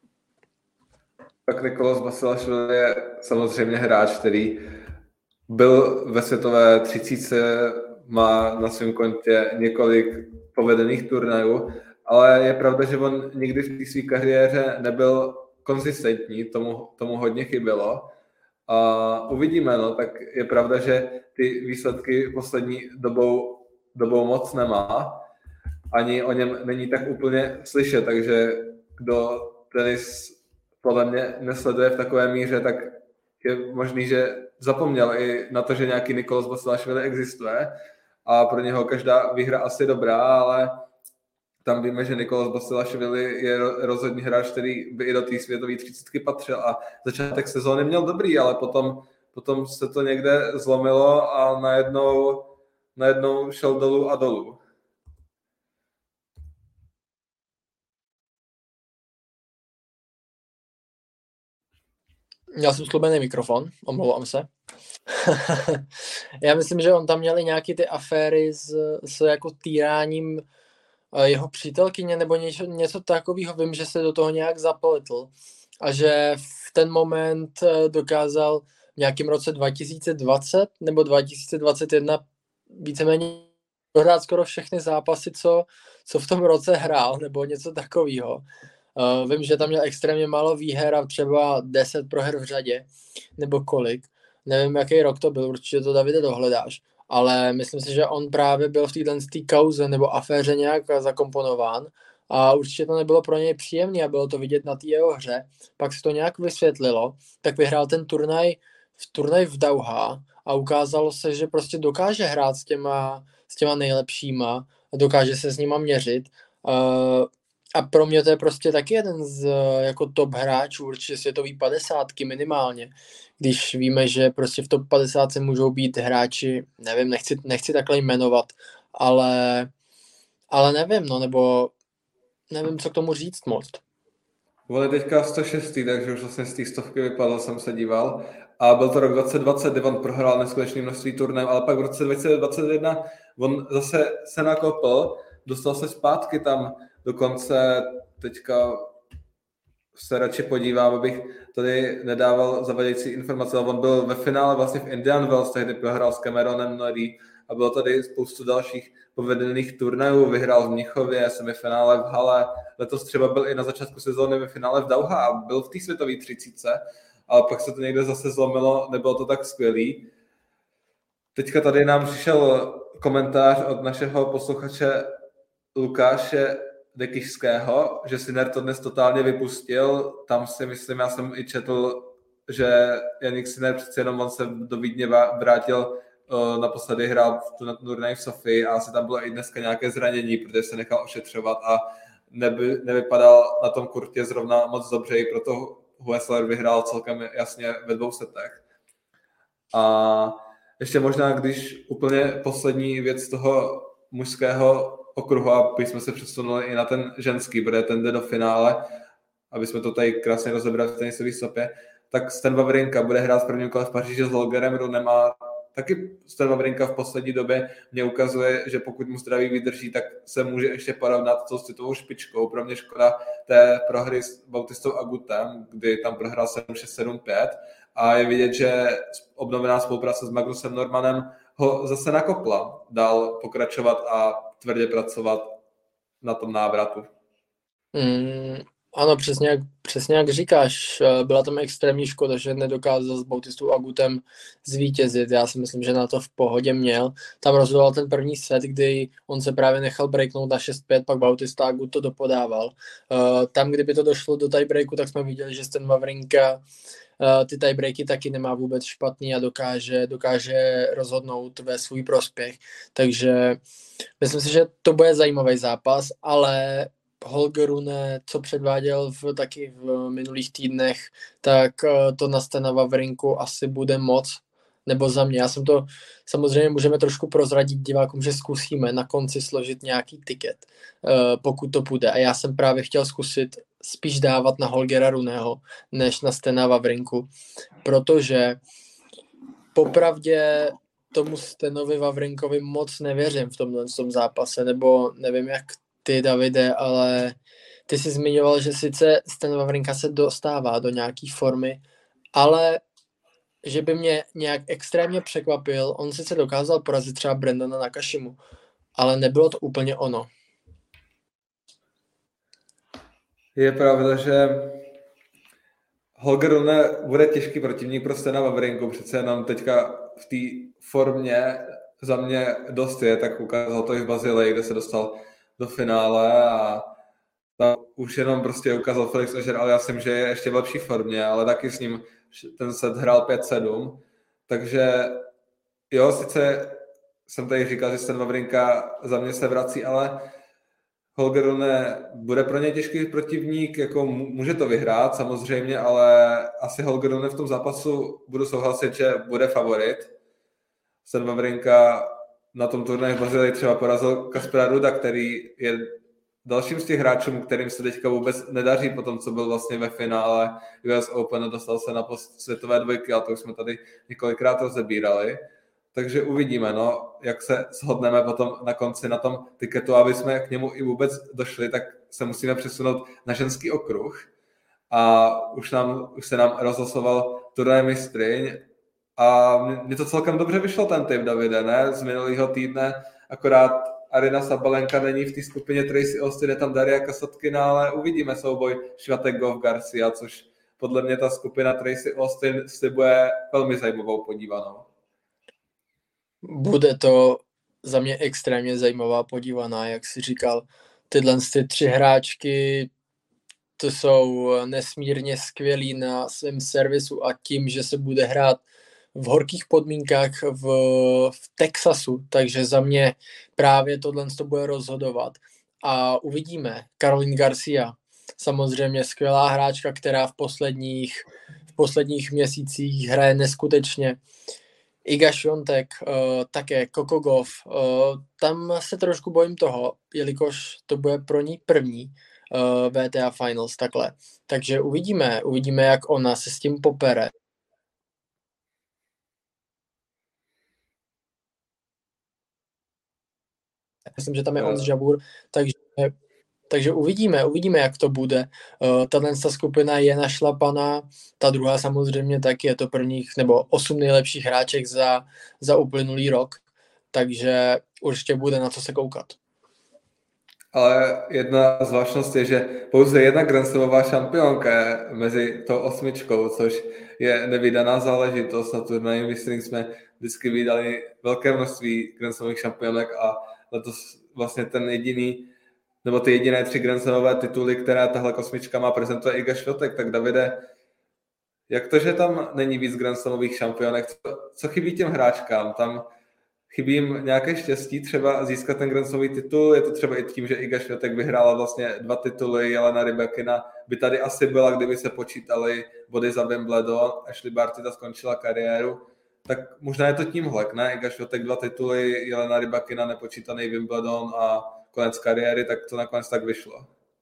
Tak Nicolas Basilashvili je samozřejmě hráč, který byl ve světové třicítce, má na svém kontě několik povedených turnajů, ale je pravda, že on nikdy v té své kariéře nebyl konzistentní, tomu, tomu hodně chybělo. A uvidíme, no, tak je pravda, že ty výsledky poslední dobou, dobou moc nemá. Ani o něm není tak úplně slyšet, takže kdo tenis podle mě nesleduje v takové míře, tak je možný, že zapomněl i na to, že nějaký Nicolas Basilashvili existuje a pro něho každá výhra asi dobrá, ale tam víme, že Nicolas Basilashvili je rozhodně hráč, který by i do té světové třicítky patřil a začátek sezóny měl dobrý, ale potom, potom se to někde zlomilo a najednou, najednou šel dolů a dolů.
Měl jsem sklubený mikrofon, omlouvám se. Já myslím, že on tam měl i nějaký ty aféry s, s jako týráním jeho přítelkyně nebo něco, něco takového. Vím, že se do toho nějak zapletl a že v ten moment dokázal v nějakém roce dva tisíce dvacet nebo dva tisíce dvacet jedna víceméně dohrát skoro všechny zápasy, co, co v tom roce hrál, nebo něco takového. Uh, vím, že tam měl extrémně málo výher a třeba deset proher v řadě, nebo kolik. Nevím, jaký rok to byl, určitě to, Davide, dohledáš. Ale myslím si, že on právě byl v této kauze nebo aféře nějak zakomponován a určitě to nebylo pro něj příjemné a bylo to vidět na té jeho hře. Pak se to nějak vysvětlilo, tak vyhrál ten turnaj v turnaj v Dauha a ukázalo se, že prostě dokáže hrát s těma, s těma nejlepšíma a dokáže se s nima měřit. Uh, A pro mě to je prostě taky jeden z jako top hráčů, určitě světový padesátky minimálně. Když víme, že prostě v top padesát můžou být hráči, nevím, nechci, nechci takhle jmenovat, ale, ale nevím, no, nebo nevím, co k tomu říct moc.
On je teďka sto šest, takže už vlastně z té stovky vypadl, jsem se díval. A byl to rok dvacet dvacet, kdy on prohrál neskutečné množství turnajů, ale pak v roce dvacet dvacet jedna on zase se nakopl, dostal se zpátky tam, dokonce teďka se radši podívám, abych tady nedával zavadějící informace, ale on byl ve finále vlastně v Indian Wells, tehdy prohrál s Cameronem Norrie a bylo tady spoustu dalších povedených turnajů, vyhrál v Mnichově, semifinále v hale, letos třeba byl i na začátku sezóny ve finále v Dauha a byl v té světové třicítce, ale pak se to někde zase zlomilo, nebylo to tak skvělý. Teďka tady nám přišel komentář od našeho posluchače Lukáše Dekišského, že Sinner to dnes totálně vypustil. Tam si myslím, já jsem i četl, že Jannik Sinner přece jenom on se do Vídně vrátil, naposledy hrál na turnaji v Sofii a asi tam bylo i dneska nějaké zranění, protože se nechal ošetřovat a neby, nevypadal na tom kurtě zrovna moc dobře, i proto Huesler vyhrál celkem jasně ve dvou setech. A ještě možná, když úplně poslední věc toho mužského okruhu, aby jsme se přesunuli i na ten ženský, protože ten jde do finále, aby jsme to tady krásně rozebrali v tenisové stopě, tak Stan Wawrinka bude hrát v prvním kole v Paříži s Holgerem Runem a taky Stan Wawrinka v poslední době mě ukazuje, že pokud mu zdraví vydrží, tak se může ještě porovnat s světovou špičkou. Pro mě škoda té prohry s Bautistou Agutem, kdy tam prohrál sedm šest sedm pět a je vidět, že obnovená spolupráce s Magnusem Normanem ho zase nakopla dál pokračovat a tvrdě pracovat na tom návratu.
Mm, ano, přesně jak, přesně jak říkáš, byla tam extrémní škoda, že nedokázal s Bautistou Agutem zvítězit. Já si myslím, že na to v pohodě měl. Tam rozhodoval ten první set, kdy on se právě nechal breaknout na šest pět, pak Bautista Agut to dopodával. Tam, kdyby to došlo do tiebreaku, tak jsme viděli, že ten Wawrinka ty tiebreaky taky nemá vůbec špatný a dokáže, dokáže rozhodnout ve svůj prospěch. Takže myslím si, že to bude zajímavý zápas, ale Holger Rune, co předváděl v, taky v minulých týdnech, tak to na Stana Wawrinku asi bude moc, nebo za mě. Já jsem to, samozřejmě můžeme trošku prozradit divákům, že zkusíme na konci složit nějaký tiket, pokud to půjde. A já jsem právě chtěl zkusit spíš dávat na Holgera Runeho, než na Stana Wawrinku, protože popravdě tomu Stanovi Wawrinkovi moc nevěřím v tomhle tom zápase, nebo nevím jak ty, Davide, ale ty jsi zmiňoval, že sice Stan Wawrinka se dostává do nějaký formy, ale že by mě nějak extrémně překvapil, on sice dokázal porazit třeba Brandona Nakashimu, ale nebylo to úplně ono.
Je pravda, že Holger Rune bude těžký protivník pro Stana Wawrinku, přece jenom teďka v té formě za mě dost je, tak ukázal to i v Bazileji, kde se dostal do finále a tam už jenom prostě ukázal Felix Auger, ale já myslím, že je ještě v lepší formě, ale taky s ním ten set hrál pět sedm, takže jo, sice jsem tady říkal, že Stan Wawrinka za mě se vrací, ale Holger Rune bude pro ně těžký protivník, jako může to vyhrát samozřejmě, ale asi Holger Rune v tom zápasu budu souhlasit, že bude favorit. Stan Wawrinka na tom turnaji v Bazileji třeba porazil Kaspera Ruda, který je dalším z těch hráčů, kterým se teďka vůbec nedaří po tom, co byl vlastně ve finále U S Open a dostal se na post světové dvojky, ale to už jsme tady několikrát rozebírali. Takže uvidíme, no, jak se shodneme potom na konci na tom tiketu, aby jsme k němu i vůbec došli, tak se musíme přesunout na ženský okruh. A už, nám, už se nám rozlosoval turnaj mistryň a mně to celkem dobře vyšlo ten tým, Davide, ne? Z minulého týdne, akorát Aryna Sabalenka není v té skupině Tracy Austin, je tam Daria Kasatkina, ale uvidíme souboj Swiatek Gauff Garcia, což podle mě ta skupina Tracy Austin si bude velmi zajímavou podívanou.
Bude to za mě extrémně zajímavá podívaná, jak jsi říkal. Tyhle ty tři hráčky, to jsou nesmírně skvělí na svém servisu a tím, že se bude hrát v horkých podmínkách v, v Texasu, takže za mě právě tohle to bude rozhodovat. A uvidíme. Caroline Garcia, samozřejmě skvělá hráčka, která v posledních, v posledních měsících hraje neskutečně. Iga Świątek, uh, také Coco Gauff, uh, tam se trošku bojím toho, jelikož to bude pro ní první uh, W T A Finals takhle. Takže uvidíme, uvidíme, jak ona se s tím popere. Myslím, že tam je Ons Jabeur, takže, takže uvidíme, uvidíme, jak to bude. Uh, tato skupina je našlapaná, ta druhá samozřejmě taky, je to prvních nebo osm nejlepších hráček za, za uplynulý rok, takže určitě bude na co se koukat.
Ale jedna zvláštnost je, že pouze jedna grandslamová šampionka je mezi tou osmičkou, což je nevydaná záležitost. Na turnaji myslím, jsme vždycky vydali velké množství grandslamových šampionek a letos vlastně ten jediný nebo ty jediné tři Grand Slamové tituly, které tahle kosmička má, prezentuje Iga Swiatek. Tak Davide, jak to, že tam není víc Grand Slamových šampionek? Co, co chybí těm hráčkám? Tam chybí jim nějaké štěstí třeba získat ten Grand Slamový titul? Je to třeba i tím, že Iga Swiatek vyhrála vlastně dva tituly, Jelena Rybakina by tady asi byla, kdyby se počítali body za Wimbledon, Ashley Barty ta skončila kariéru. Tak možná je to tímhle, ne? Iga Swiatek dva tituly, Jelena Rybakina nepočítaný Wimbledon a konec kariéry, tak to nakonec tak vyšlo.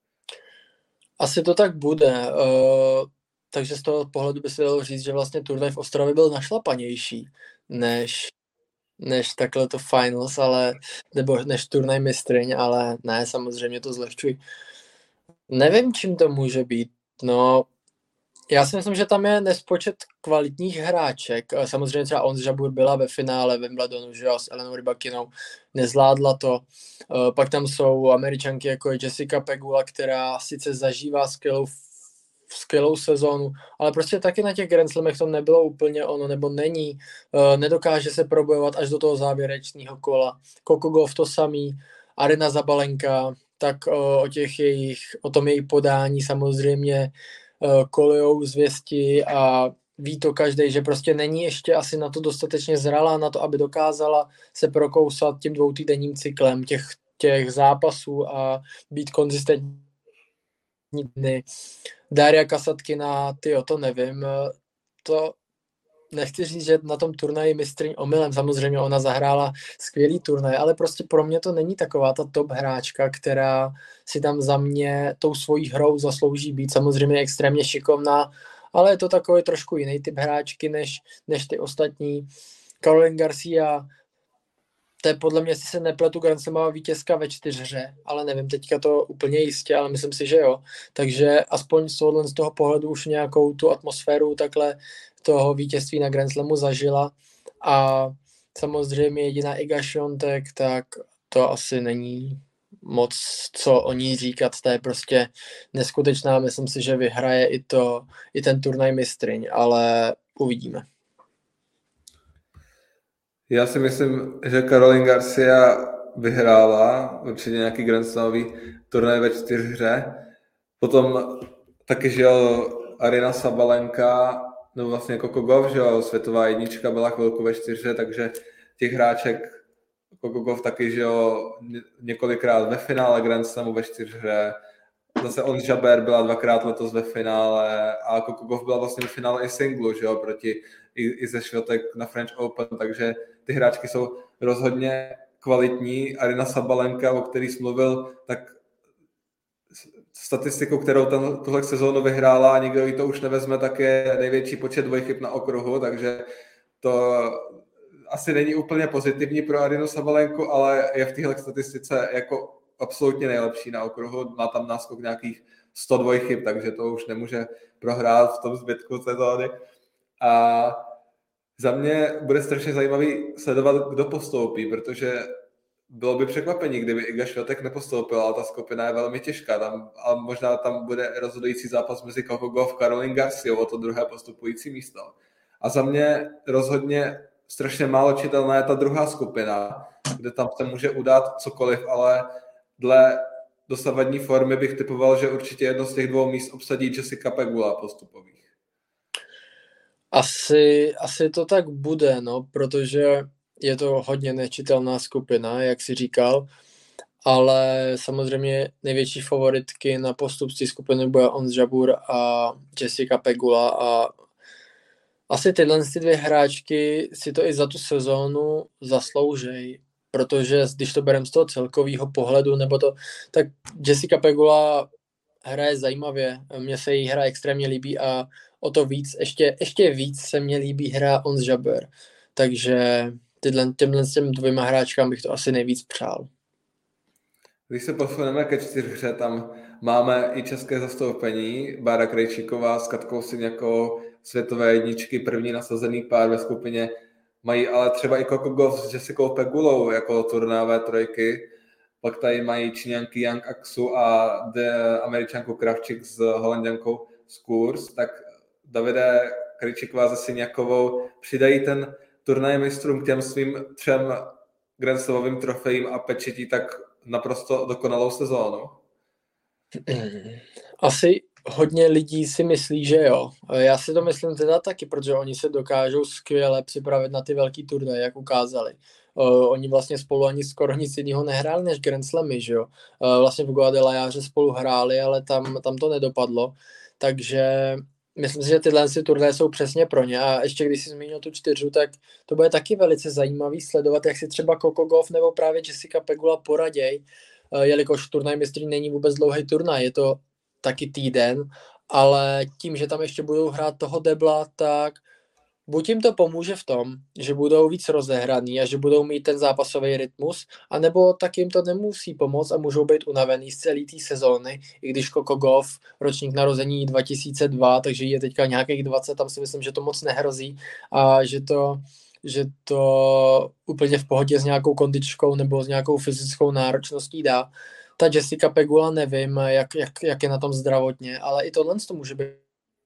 Asi to tak bude. Uh, takže z toho pohledu by se dalo říct, že vlastně turnaj v Ostravě byl našlapanější než, než takhle to finals, ale, nebo než turnaj mistryň, ale ne, samozřejmě to zlehčuji. Nevím, čím to může být. No, já si myslím, že tam je nespočet kvalitních hráček. Samozřejmě třeba Ons Jabeur byla ve finále Wimbledonu, že jo, s Elenou Rybakinou, nezvládla to. Pak tam jsou Američanky jako je Jessica Pegula, která sice zažívá skvělou, skvělou sezónu, ale prostě taky na těch Grand Slamech to nebylo úplně ono, nebo není. Nedokáže se probojovat až do toho závěrečného kola. Coco Gauff to samý, Aryna Zabalenka, tak o, těch jejich, o tom její podání samozřejmě kolujou zvěsti a ví to každý, že prostě není ještě asi na to dostatečně zralá na to, aby dokázala se prokousat tím dvoutýdenním cyklem těch, těch zápasů a být konzistentní dny. Daria Kasatkina, tyjo, to nevím, to nechci říct, že na tom turnaji mistryň omylem, samozřejmě ona zahrála skvělý turnaj, ale prostě pro mě to není taková ta top hráčka, která si tam za mě tou svojí hrou zaslouží být. Samozřejmě extrémně šikovná, ale je to takový trošku jiný typ hráčky než, než ty ostatní. Caroline Garcia, to je podle mě, jestli se nepletu, Grand Slamová vítězka ve čtyřhře, ale nevím teďka to úplně jistě, ale myslím si, že jo. Takže aspoň z tohohle z toho pohledu už nějakou tu atmosféru takhle toho vítězství na Grand Slamu zažila a samozřejmě jediná Iga Swiatek, tak to asi není moc co o ní říkat, to je prostě neskutečná, myslím si, že vyhraje i, to, i ten turnaj mistryň, ale uvidíme.
Já si myslím, že Caroline Garcia vyhrála určitě nějaký Grand Slamový turnaj ve čtyřhře. Potom taky, že jo, Aryna Sabalenka, no vlastně Coco Gauff, že jo, světová jednička byla chvilku ve čtyřhře, takže těch hráček Coco Gauff taky, že jo, několikrát ve finále Grand Slamu ve čtyřhře. Zase Ons Jabeur byla dvakrát letos ve finále a Coco Gauff byla vlastně ve finále i singlu, že jo, proti Ize Swiatek na French Open, takže ty hráčky jsou rozhodně kvalitní. Aryna Sabalenka, o který jsi mluvil, tak statistiku, kterou tam tuhle sezónu vyhrála a nikdo jí to už nevezme, tak je největší počet dvojchyb na okruhu, takže to asi není úplně pozitivní pro Arynu Sabalenku, ale je v téhle statistice jako absolutně nejlepší na okruhu. Má tam náskok nějakých sto dvojchyb, takže to už nemůže prohrát v tom zbytku sezóny. A za mě bude strašně zajímavý sledovat, kdo postoupí, protože bylo by překvapení, kdyby Iga Swiatek nepostoupila, ale ta skupina je velmi těžká. Tam, a možná tam bude rozhodující zápas mezi Coco Gauff a Caroline Garcia o to druhé postupující místo. A za mě rozhodně strašně málo čitelná je ta druhá skupina, kde tam se může udát cokoliv, ale dle dosavadní formy bych typoval, že určitě jedno z těch dvou míst obsadí Jessica Pegula postupových.
Asi, asi to tak bude, no, protože je to hodně nečitelná skupina, jak si říkal, ale samozřejmě největší favoritky na postup z té skupiny bude Ons Jabeur a Jessica Pegula a asi tyhle ty dvě hráčky si to i za tu sezónu zasloužejí, protože když to bereme z toho celkového pohledu, nebo to, tak Jessica Pegula hraje zajímavě, mně se její hra extrémně líbí a o to víc, ještě, ještě víc se mně líbí hra Ons Jabeur, takže tyhle, těmhle s těm dvěma hráčkám bych to asi nejvíc přál.
Když se posuneme ke čtyřhře, tam máme i české zastoupení, Bára Krejčíková s Katkou Syňakou, světové jedničky, první nasazený pár ve skupině, mají ale třeba i Coco Gauff s Jessicou Pegulou jako turnajové trojky, pak tady mají Číňanky Yang Aksu a Američanku Kravčík s Holanďankou Skurs, tak Davide, Krejčíková se Syňakovou přidají ten turnaj mistrům k těm svým třem Grand Slamovým trofejím a pečetí tak naprosto dokonalou sezónu?
Asi hodně lidí si myslí, že jo. Já si to myslím teda taky, protože oni se dokážou skvěle připravit na ty velký turnaje, jak ukázali. Uh, oni vlastně spolu ani skoro nic jiného nehráli než Grand Slamy, že jo. Uh, vlastně v Guadalajáře spolu hráli, ale tam, tam to nedopadlo. Takže myslím si, že tyhle turnaje jsou přesně pro ně. A ještě když jsi zmínil tu čtyřu, tak to bude taky velice zajímavý sledovat, jak si třeba Coco Gauff nebo právě Jessica Pegula poraděj, jelikož turnaj mistří není vůbec dlouhý turnaj, je to taky týden, ale tím, že tam ještě budou hrát toho debla, tak buď jim to pomůže v tom, že budou víc rozehraný a že budou mít ten zápasový rytmus, anebo tak jim to nemusí pomoct a můžou být unavený z celé té sezóny, i když Coco Gauff, ročník narození dva tisíce dva, takže je teďka nějakých dvacet, tam si myslím, že to moc nehrozí a že to že to úplně v pohodě s nějakou kondičkou nebo s nějakou fyzickou náročností dá. Ta Jessica Pegula nevím, jak, jak, jak je na tom zdravotně, ale i tohle to může být.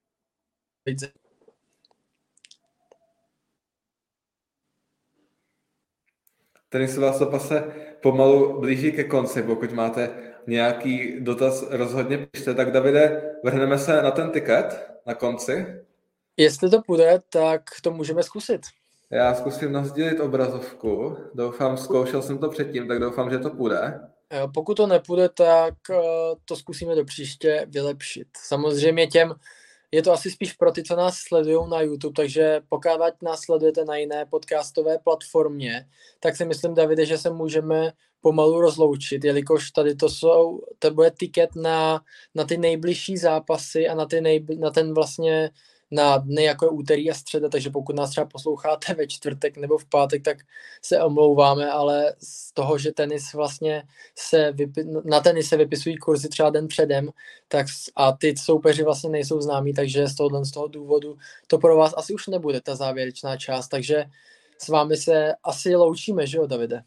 Tenisová stopa se pomalu blíží ke konci. Pokud máte nějaký dotaz, rozhodně pište. Tak Davide, vrhneme se na ten tiket na konci.
Jestli to půjde, tak to můžeme zkusit.
Já zkusím nasdílit obrazovku. Doufám, zkoušel jsem to předtím, tak doufám, že to půjde.
Pokud to nepůjde, tak to zkusíme do příště vylepšit. Samozřejmě těm, je to asi spíš pro ty, co nás sledují na YouTube, takže pokud nás sledujete na jiné podcastové platformě, tak si myslím, Davide, že se můžeme pomalu rozloučit, jelikož tady to jsou, to bude tiket na, na ty nejbližší zápasy a na, ty nejbli, na ten vlastně na dny jako je úterý a středa, takže pokud nás třeba posloucháte ve čtvrtek nebo v pátek, tak se omlouváme, ale z toho, že tenis vlastně se vypi- na tenis se vypisují kurzy třeba den předem, tak a ty soupeři vlastně nejsou známí, takže z tohohle z toho důvodu to pro vás asi už nebude ta závěrečná část, takže s vámi se asi loučíme, že jo, Davide?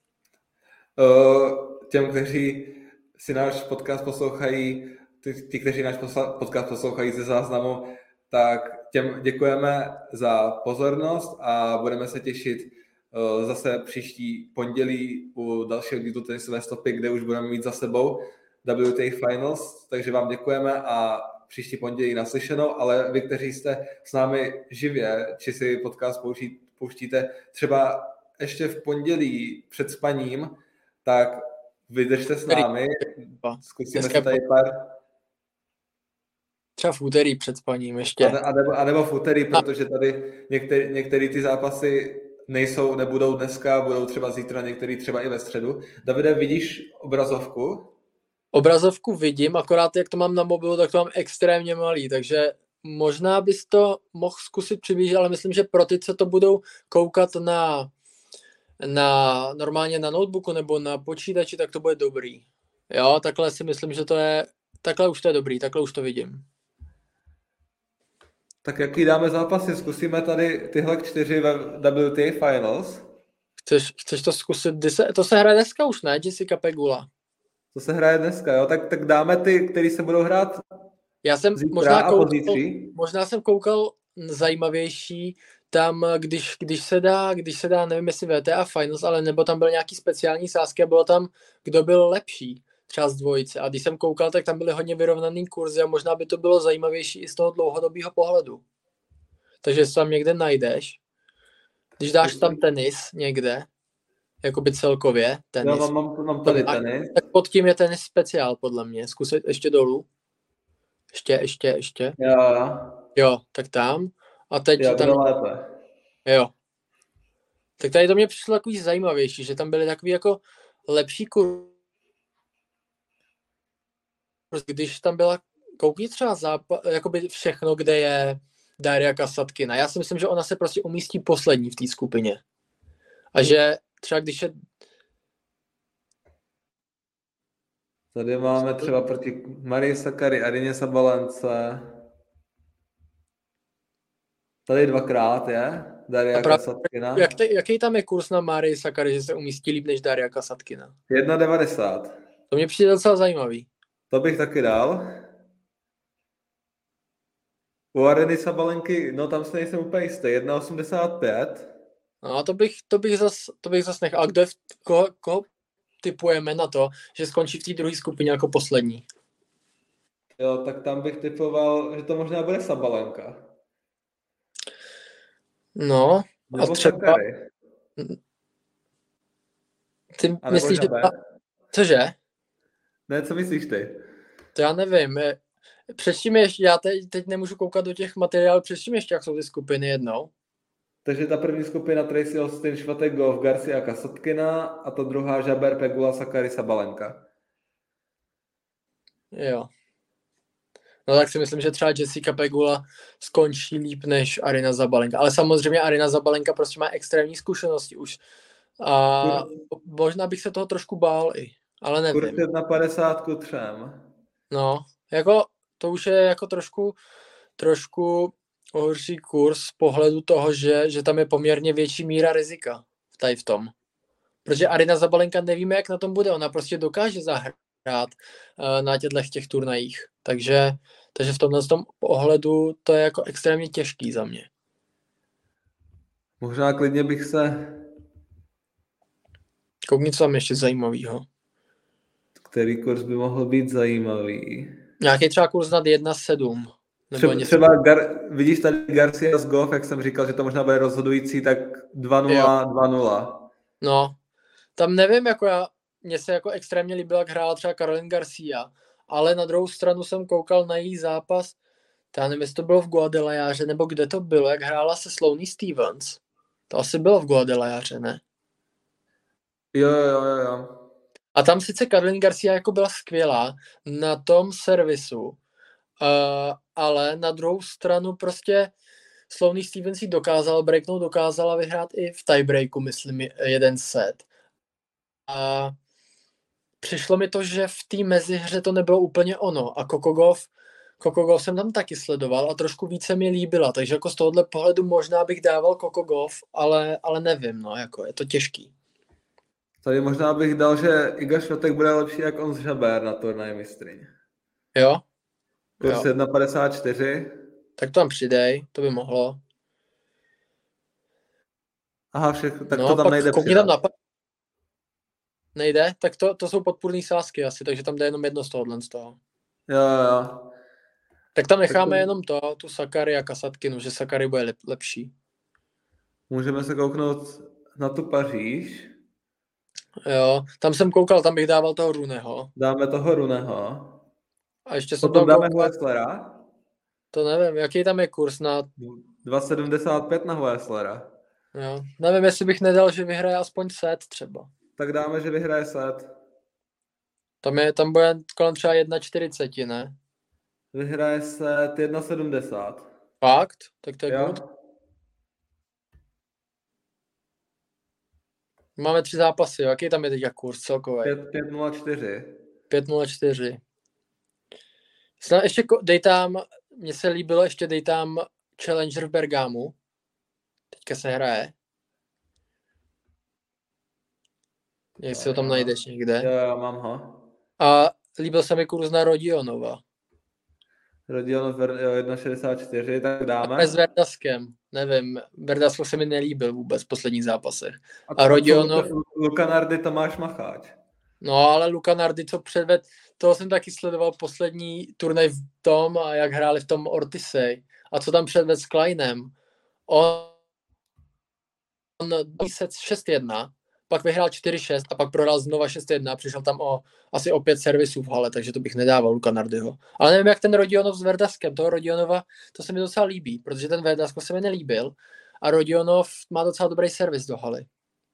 Uh, těm, kteří si náš podcast poslouchají, ty, ty kteří náš posla- podcast poslouchají ze záznamu, tak těm děkujeme za pozornost a budeme se těšit uh, zase příští pondělí u dalšího dílu tenisové stopy, kde už budeme mít za sebou W T A Finals, takže vám děkujeme a příští pondělí naslyšenou, ale vy, kteří jste s námi živě, či si podcast pouští, pouštíte třeba ještě v pondělí před spaním, tak vydržte s námi, zkusíme se tady pár...
Třeba v úterý před spaním ještě.
A, a, nebo, a nebo v úterý, protože tady některé, některé ty zápasy nejsou, nebudou dneska, budou třeba zítra, některý třeba i ve středu. Davide, vidíš obrazovku?
Obrazovku vidím, akorát jak to mám na mobilu, tak to mám extrémně malý, takže možná bys to mohl zkusit přiblížit, ale myslím, že pro ty, co to budou koukat na, na normálně na notebooku nebo na počítači, tak to bude dobrý. Jo, takhle si myslím, že to je, takhle už to je dobrý, takhle už to vidím.
Tak jaký dáme zápasy? Zkusíme tady tyhle čtyři ve W T A Finals.
Chceš, chceš to zkusit? To se hraje dneska už, ne? Jessica Pegula.
To se hraje dneska, jo? Tak, tak dáme ty, který se budou hrát
Já jsem
zítra
možná
a
koukal,
pozítří.
možná jsem koukal zajímavější tam, když, když se dá, když se dá, nevím jestli V T A Finals, ale nebo tam byly nějaký speciální sázky a bylo tam, kdo byl lepší, třeba z dvojice. A když jsem koukal, tak tam byly hodně vyrovnaný kurzy a možná by to bylo zajímavější i z toho dlouhodobého pohledu. Takže se tam někde najdeš. Když dáš tam tenis někde, jakoby celkově tenis.
Jo, mám, mám tady tenis.
Tak pod tím je tenis speciál, podle mě. Zkusit ještě dolů. Ještě, ještě, ještě.
Jo.
Jo, tak tam. A teď
jo,
tam...
lépe.
Jo. Tak tady to mě přišlo takový zajímavější, že tam byly takový jako lepší kurz. Když tam byla, koukni třeba zápa, jakoby všechno, kde je Daria Kasatkina. Já si myslím, že ona se prostě umístí poslední v té skupině. A že třeba když je...
Tady máme třeba proti Marii Sakkari, Arině Sabalence. Tady dvakrát je Daria Kasatkina.
Jak te, jaký tam je kurz na Marii Sakkari, že se umístí líp než Daria Kasatkina?
jedna devadesát.
To mě přijde docela zajímavý.
To bych taky dal. U Areny Sabalenky, no tam se nejsem úplně jistý, jedna osmdesát pět.
No a to bych, to bych zas, to bych zas nechal. A kdo je v, koho, koho typujeme na to, že skončí v té druhé skupině jako poslední?
Jo, tak tam bych typoval, že to možná bude Sabalenka.
No a
Nebo
třeba,
Sakkari.
ty
A nebo
myslíš, že ta,
Žaber.
cože?
Ne, co myslíš ty?
To já nevím. Přečtím ještě, já teď, teď nemůžu koukat do těch materiálů, přečtím ještě, jak jsou ty skupiny jednou.
Takže ta první skupina Tracy Austin, Švatek, Goff, Garcia, Kasatkina a ta druhá Žaber, Pegula, Sakkari, Sabalenka.
Jo. No tak si myslím, že třeba Jessica Pegula skončí líp než Arina Zabalenka. Ale samozřejmě Arina Zabalenka prostě má extrémní zkušenosti už. A možná bych se toho trošku bál i, ale nevím.
Kurz jedna padesát ku třem.
No, jako to už je jako trošku, trošku horší kurz z pohledu toho, že, že tam je poměrně větší míra rizika tady v tom. Protože Arina Zabalenka nevíme, jak na tom bude. Ona prostě dokáže zahrát uh, na těchto těch turnajích. Takže, takže v tomhle tom ohledu to je jako extrémně těžký za mě.
Možná klidně bych se...
Koukni, co tam ještě zajímavého.
Který kurz by mohl být zajímavý?
Nějaký třeba kurz nad jedna sedm.
Třeba, třeba Gar, vidíš tady Garcia z Goff, jak jsem říkal, že to možná bude rozhodující, tak dva nula, dva nula.
No, tam nevím, jako já, mně se jako extrémně líbilo, jak hrála třeba Caroline Garcia, ale na druhou stranu jsem koukal na její zápas, já nevím, jestli to bylo v Guadalajáře, nebo kde to bylo, jak hrála se Sloane Stevens. To asi bylo v Guadalajáře, ne?
Jo, jo, jo, jo.
A tam sice Caroline Garcia jako byla skvělá na tom servisu, uh, ale na druhou stranu prostě Sloane Stevens ji dokázal breaknout, dokázala vyhrát i v tiebreaku, myslím, jeden set. A přišlo mi to, že v té mezihře to nebylo úplně ono. A Coco Gauff, Coco Gauff jsem tam taky sledoval a trošku více mi líbila. Takže jako z tohohle pohledu možná bych dával Coco Gauff, ale, ale nevím, no, jako je to těžký.
Tady možná bych dal, že Iga Swiatek bude lepší jak on z Žaber na turnaji mistryň.
Jo?
Kurz jedna padesát čtyři.
Tak to tam přidej, to by mohlo.
Aha, všechno, tak
no,
to tam
pak
nejde
koukni tam na... Nejde? Tak to, to jsou podpůrné sázky asi, takže tam jde jenom jedno z tohohle z toho.
Jo, jo.
Tak tam necháme
tak to...
jenom to, tu Sakkari a Kasatkinu, že Sakkari bude lep, lepší.
Můžeme se kouknout na tu Paříž.
Jo, tam jsem koukal, tam bych dával toho Runeho.
Dáme toho Runeho.
A ještě jsem
Potom
tam
dáme
koukal...
Hueslera.
To nevím, jaký tam je kurz na...
dva sedmdesát pět na Hueslera.
Jo, nevím, jestli bych nedal, že vyhraje aspoň set třeba.
Tak dáme, že vyhraje set.
Tam, je, tam bude kolem třeba jedna čtyřicet, ne?
Vyhraje set jedna sedmdesát.
Fakt? Tak to je
jo.
good. Máme tři zápasy, jaký tam je teď kurz celkový?
pět nula čtyři.
pět nula čtyři. Ještě dej tam, mně se líbilo, ještě dej tam Challenger v Bergamu. Teďka se hraje. Jestli ho tam najdeš někde.
Jo, jo, mám ho.
A líbil se mi kurz na Rodionova.
Rodionov jedna šedesát čtyři, tak dáme.
A s Verdaskem, nevím, Verdasko se mi nelíbil vůbec v posledních zápasech.
A,
a Rodionov...
Luka Nardi, Tomáš Macháč.
No, ale Luka Nardi, co předved, toho jsem taky sledoval poslední turnaj v tom, a jak hráli v tom Ortisej. A co tam předved s Kleinem. On, on šest jedna, pak vyhrál čtyři šest a pak prohrál znova šest jedna a přišel tam o asi o pět servisů v hale, takže to bych nedával Luka Nardiho. Ale nevím, jak ten Rodionov s Verdaskem. Toho Rodionova, to se mi docela líbí, protože ten Verdasko se mi nelíbil a Rodionov má docela dobrý servis do haly.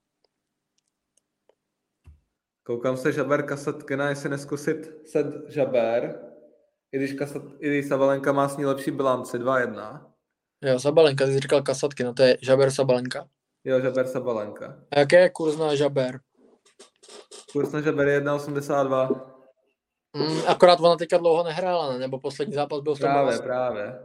Koukám se Žaber Kasatkina, jestli neskusit set Žaber, i když, Kasat, i když Sabalenka má s ní lepší bilanci, dva jedna.
Jo, Sabalenka, ty jsi říkal Kasatkina, to je Žaber Sabalenka.
Jo, Žaber Sabalenka.
A jaký je kurz na Žaber?
Kurz na Žaber je jedna osmdesát dva.
Mm, akorát ona teďka dlouho nehrála, ne? Nebo poslední zápas byl v tom.
Právě,
vlastně.
právě.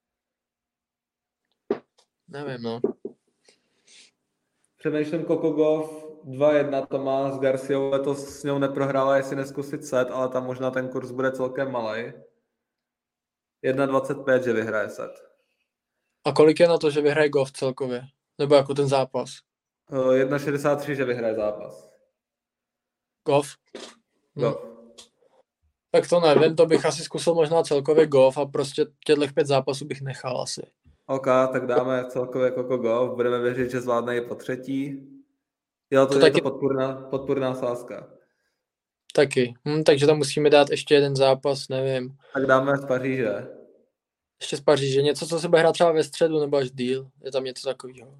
Nevím, no.
Přemýšlím Coco Gauff dva jedna, to má s Garciou, letos s ňou neprohrála, jestli neskusit set, ale tam možná ten kurz bude celkem malej. jedna dvacet pět, že vyhraje set.
A kolik je na to, že vyhraje Gauff celkově? Nebo jako ten zápas?
jedna šedesát tři, že vyhraje zápas.
Golf.
Golf.
Hm. Tak to nevím, to bych asi zkusil možná celkově golf a prostě těchto pět zápasů bych nechal asi.
OK, tak dáme celkově Koko golf, budeme věřit, že zvládne i po třetí. Jo, to, to je taky... to podpůrná, podpůrná sázka.
Taky, hm, takže tam musíme dát ještě jeden zápas, nevím.
Tak dáme z Paříže.
Ještě z Paříže, něco, co se bude hrát třeba ve středu nebo až díl, je tam něco takového.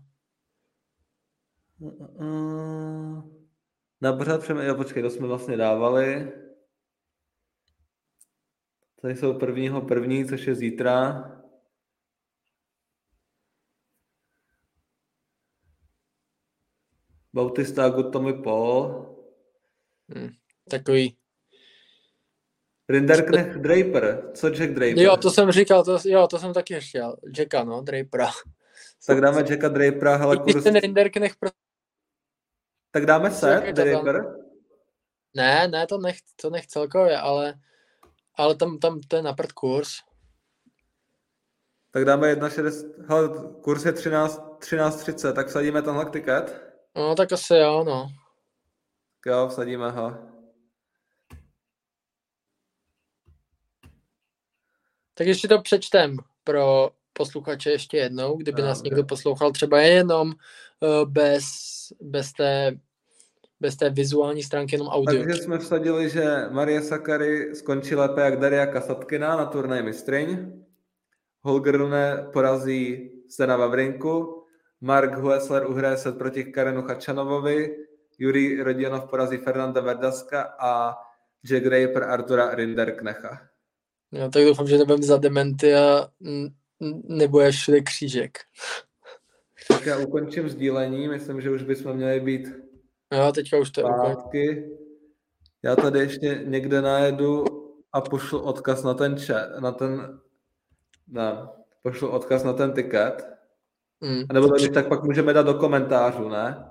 Na pořád přemýšlím, jo počkej, to jsme vlastně dávali. Tady jsou prvního první, což je zítra. Bautista, Agut, Tommy Paul.
Hmm, takový.
Rinderknecht, Draper. Co Jack Draper?
Jo, to jsem říkal, to, jo, to jsem taky chtěl. Jacka, no, Drapera.
Tak dáme Jacka Drapera, hele kurz.
Ten Rinderknecht pro...
Tak dáme set, Draper?
Ne, ne, to nech, to nech celkově, ale, ale tam, tam to je na prd kurz.
Tak dáme jedna šedesát, hele, kurz je třináct třicet, tak vsadíme tenhle tiket?
No, tak asi jo, no.
Jo, vsadíme ho.
Tak ještě to přečtem pro posluchače ještě jednou, kdyby no, nás někdo poslouchal třeba jenom uh, bez, bez, té, bez té vizuální stránky, jenom audio.
Takže jsme vsadili, že Maria Sakkari skončí lépe jak Daria Kasatkina na turnaji mistryň. Holger Rune porazí Stena Vavrinku. Mark Huesler uhraje set proti Karenu Chachanovovi. Jurij Rodionov porazí Fernanda Verdaska a Jack Draper Artura Rinderknecha.
Jo, tak doufám, že nebudeme za dementy a nebudeš všude křížek.
Tak já ukončím sdílení, myslím, že už bychom měli být
jo, teďka už to
zpátky. Já tady ještě někde najedu a pošlu odkaz na ten chat, na ten, ne, pošlu odkaz na ten tiket. Mm. A nebo to, tak pak můžeme dát do komentářů, ne?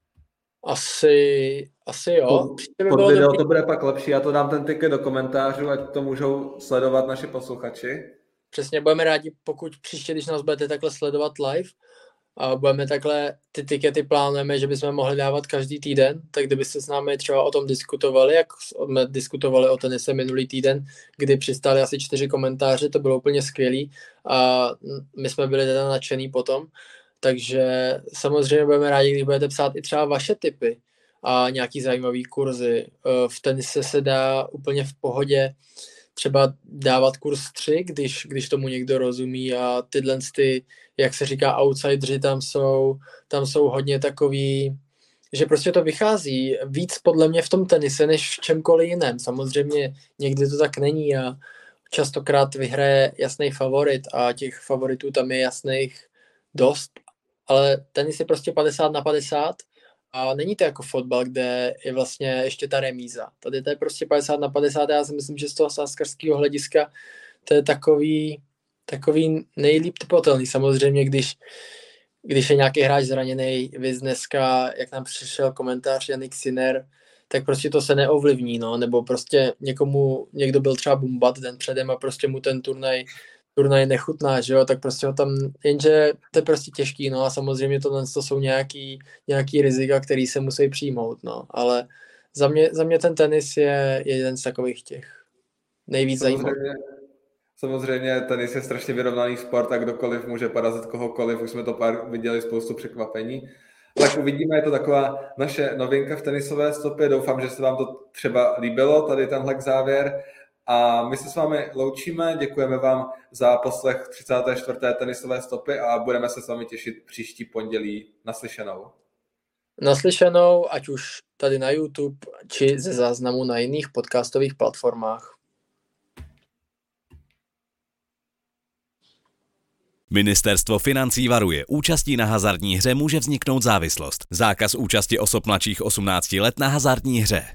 Asi, asi jo.
Pod, pod video dobrý. To bude pak lepší, já to dám ten tiket do komentářů, ať to můžou sledovat naši posluchači.
Přesně, budeme rádi, pokud příště, když nás budete takhle sledovat live, a budeme takhle, ty tikety plánujeme, že bychom mohli dávat každý týden, tak kdybyste s námi třeba o tom diskutovali, jak jsme diskutovali o tenise minulý týden, kdy přistáli asi čtyři komentáře, to bylo úplně skvělý a my jsme byli teda nadšený potom, takže samozřejmě budeme rádi, když budete psát i třeba vaše tipy a nějaký zajímavý kurzy. V tenise se dá úplně v pohodě třeba dávat kurz tři, když, když tomu někdo rozumí a tyhle ty, jak se říká, outsideri tam jsou, tam jsou hodně takový, že prostě to vychází víc podle mě v tom tenise, než v čemkoliv jiném. Samozřejmě někdy to tak není a častokrát vyhraje jasný favorit a těch favoritů tam je jasných dost, ale tenis je prostě padesát na padesát a není to jako fotbal, kde je vlastně ještě ta remíza. Tady to je prostě padesát na padesát a já si myslím, že z toho sázkařského hlediska to je takový, takový nejlíp typovatelný. Samozřejmě, když, když je nějaký hráč zraněný, víc dneska, jak nám přišel komentář Jannik Sinner, tak prostě to se neovlivní, no, nebo prostě někomu, někdo byl třeba bumbat den předem a prostě mu ten turnaj turnaj nechutná, že jo, tak prostě ho tam, jenže to je prostě těžký, no a samozřejmě tohle to jsou nějaký, nějaký rizika, který se musí přijmout, no, ale za mě, za mě ten tenis je jeden z takových těch nejvíc zajímavých.
Samozřejmě tenis je strašně vyrovnaný sport a kdokoliv může porazit kohokoliv, už jsme to pár viděli, spoustu překvapení. Tak uvidíme, je to taková naše novinka v tenisové stopě, doufám, že se vám to třeba líbilo, tady tenhle závěr. A my se s vámi loučíme, děkujeme vám za poslech třicáté čtvrté tenisové stopy a budeme se s vámi těšit příští pondělí. Naslyšenou.
Naslyšenou, ať už tady na YouTube, či ze záznamu na jiných podcastových platformách.
Ministerstvo financí varuje, účastí na hazardní hře může vzniknout závislost. Zákaz účasti osob mladších osmnácti let na hazardní hře.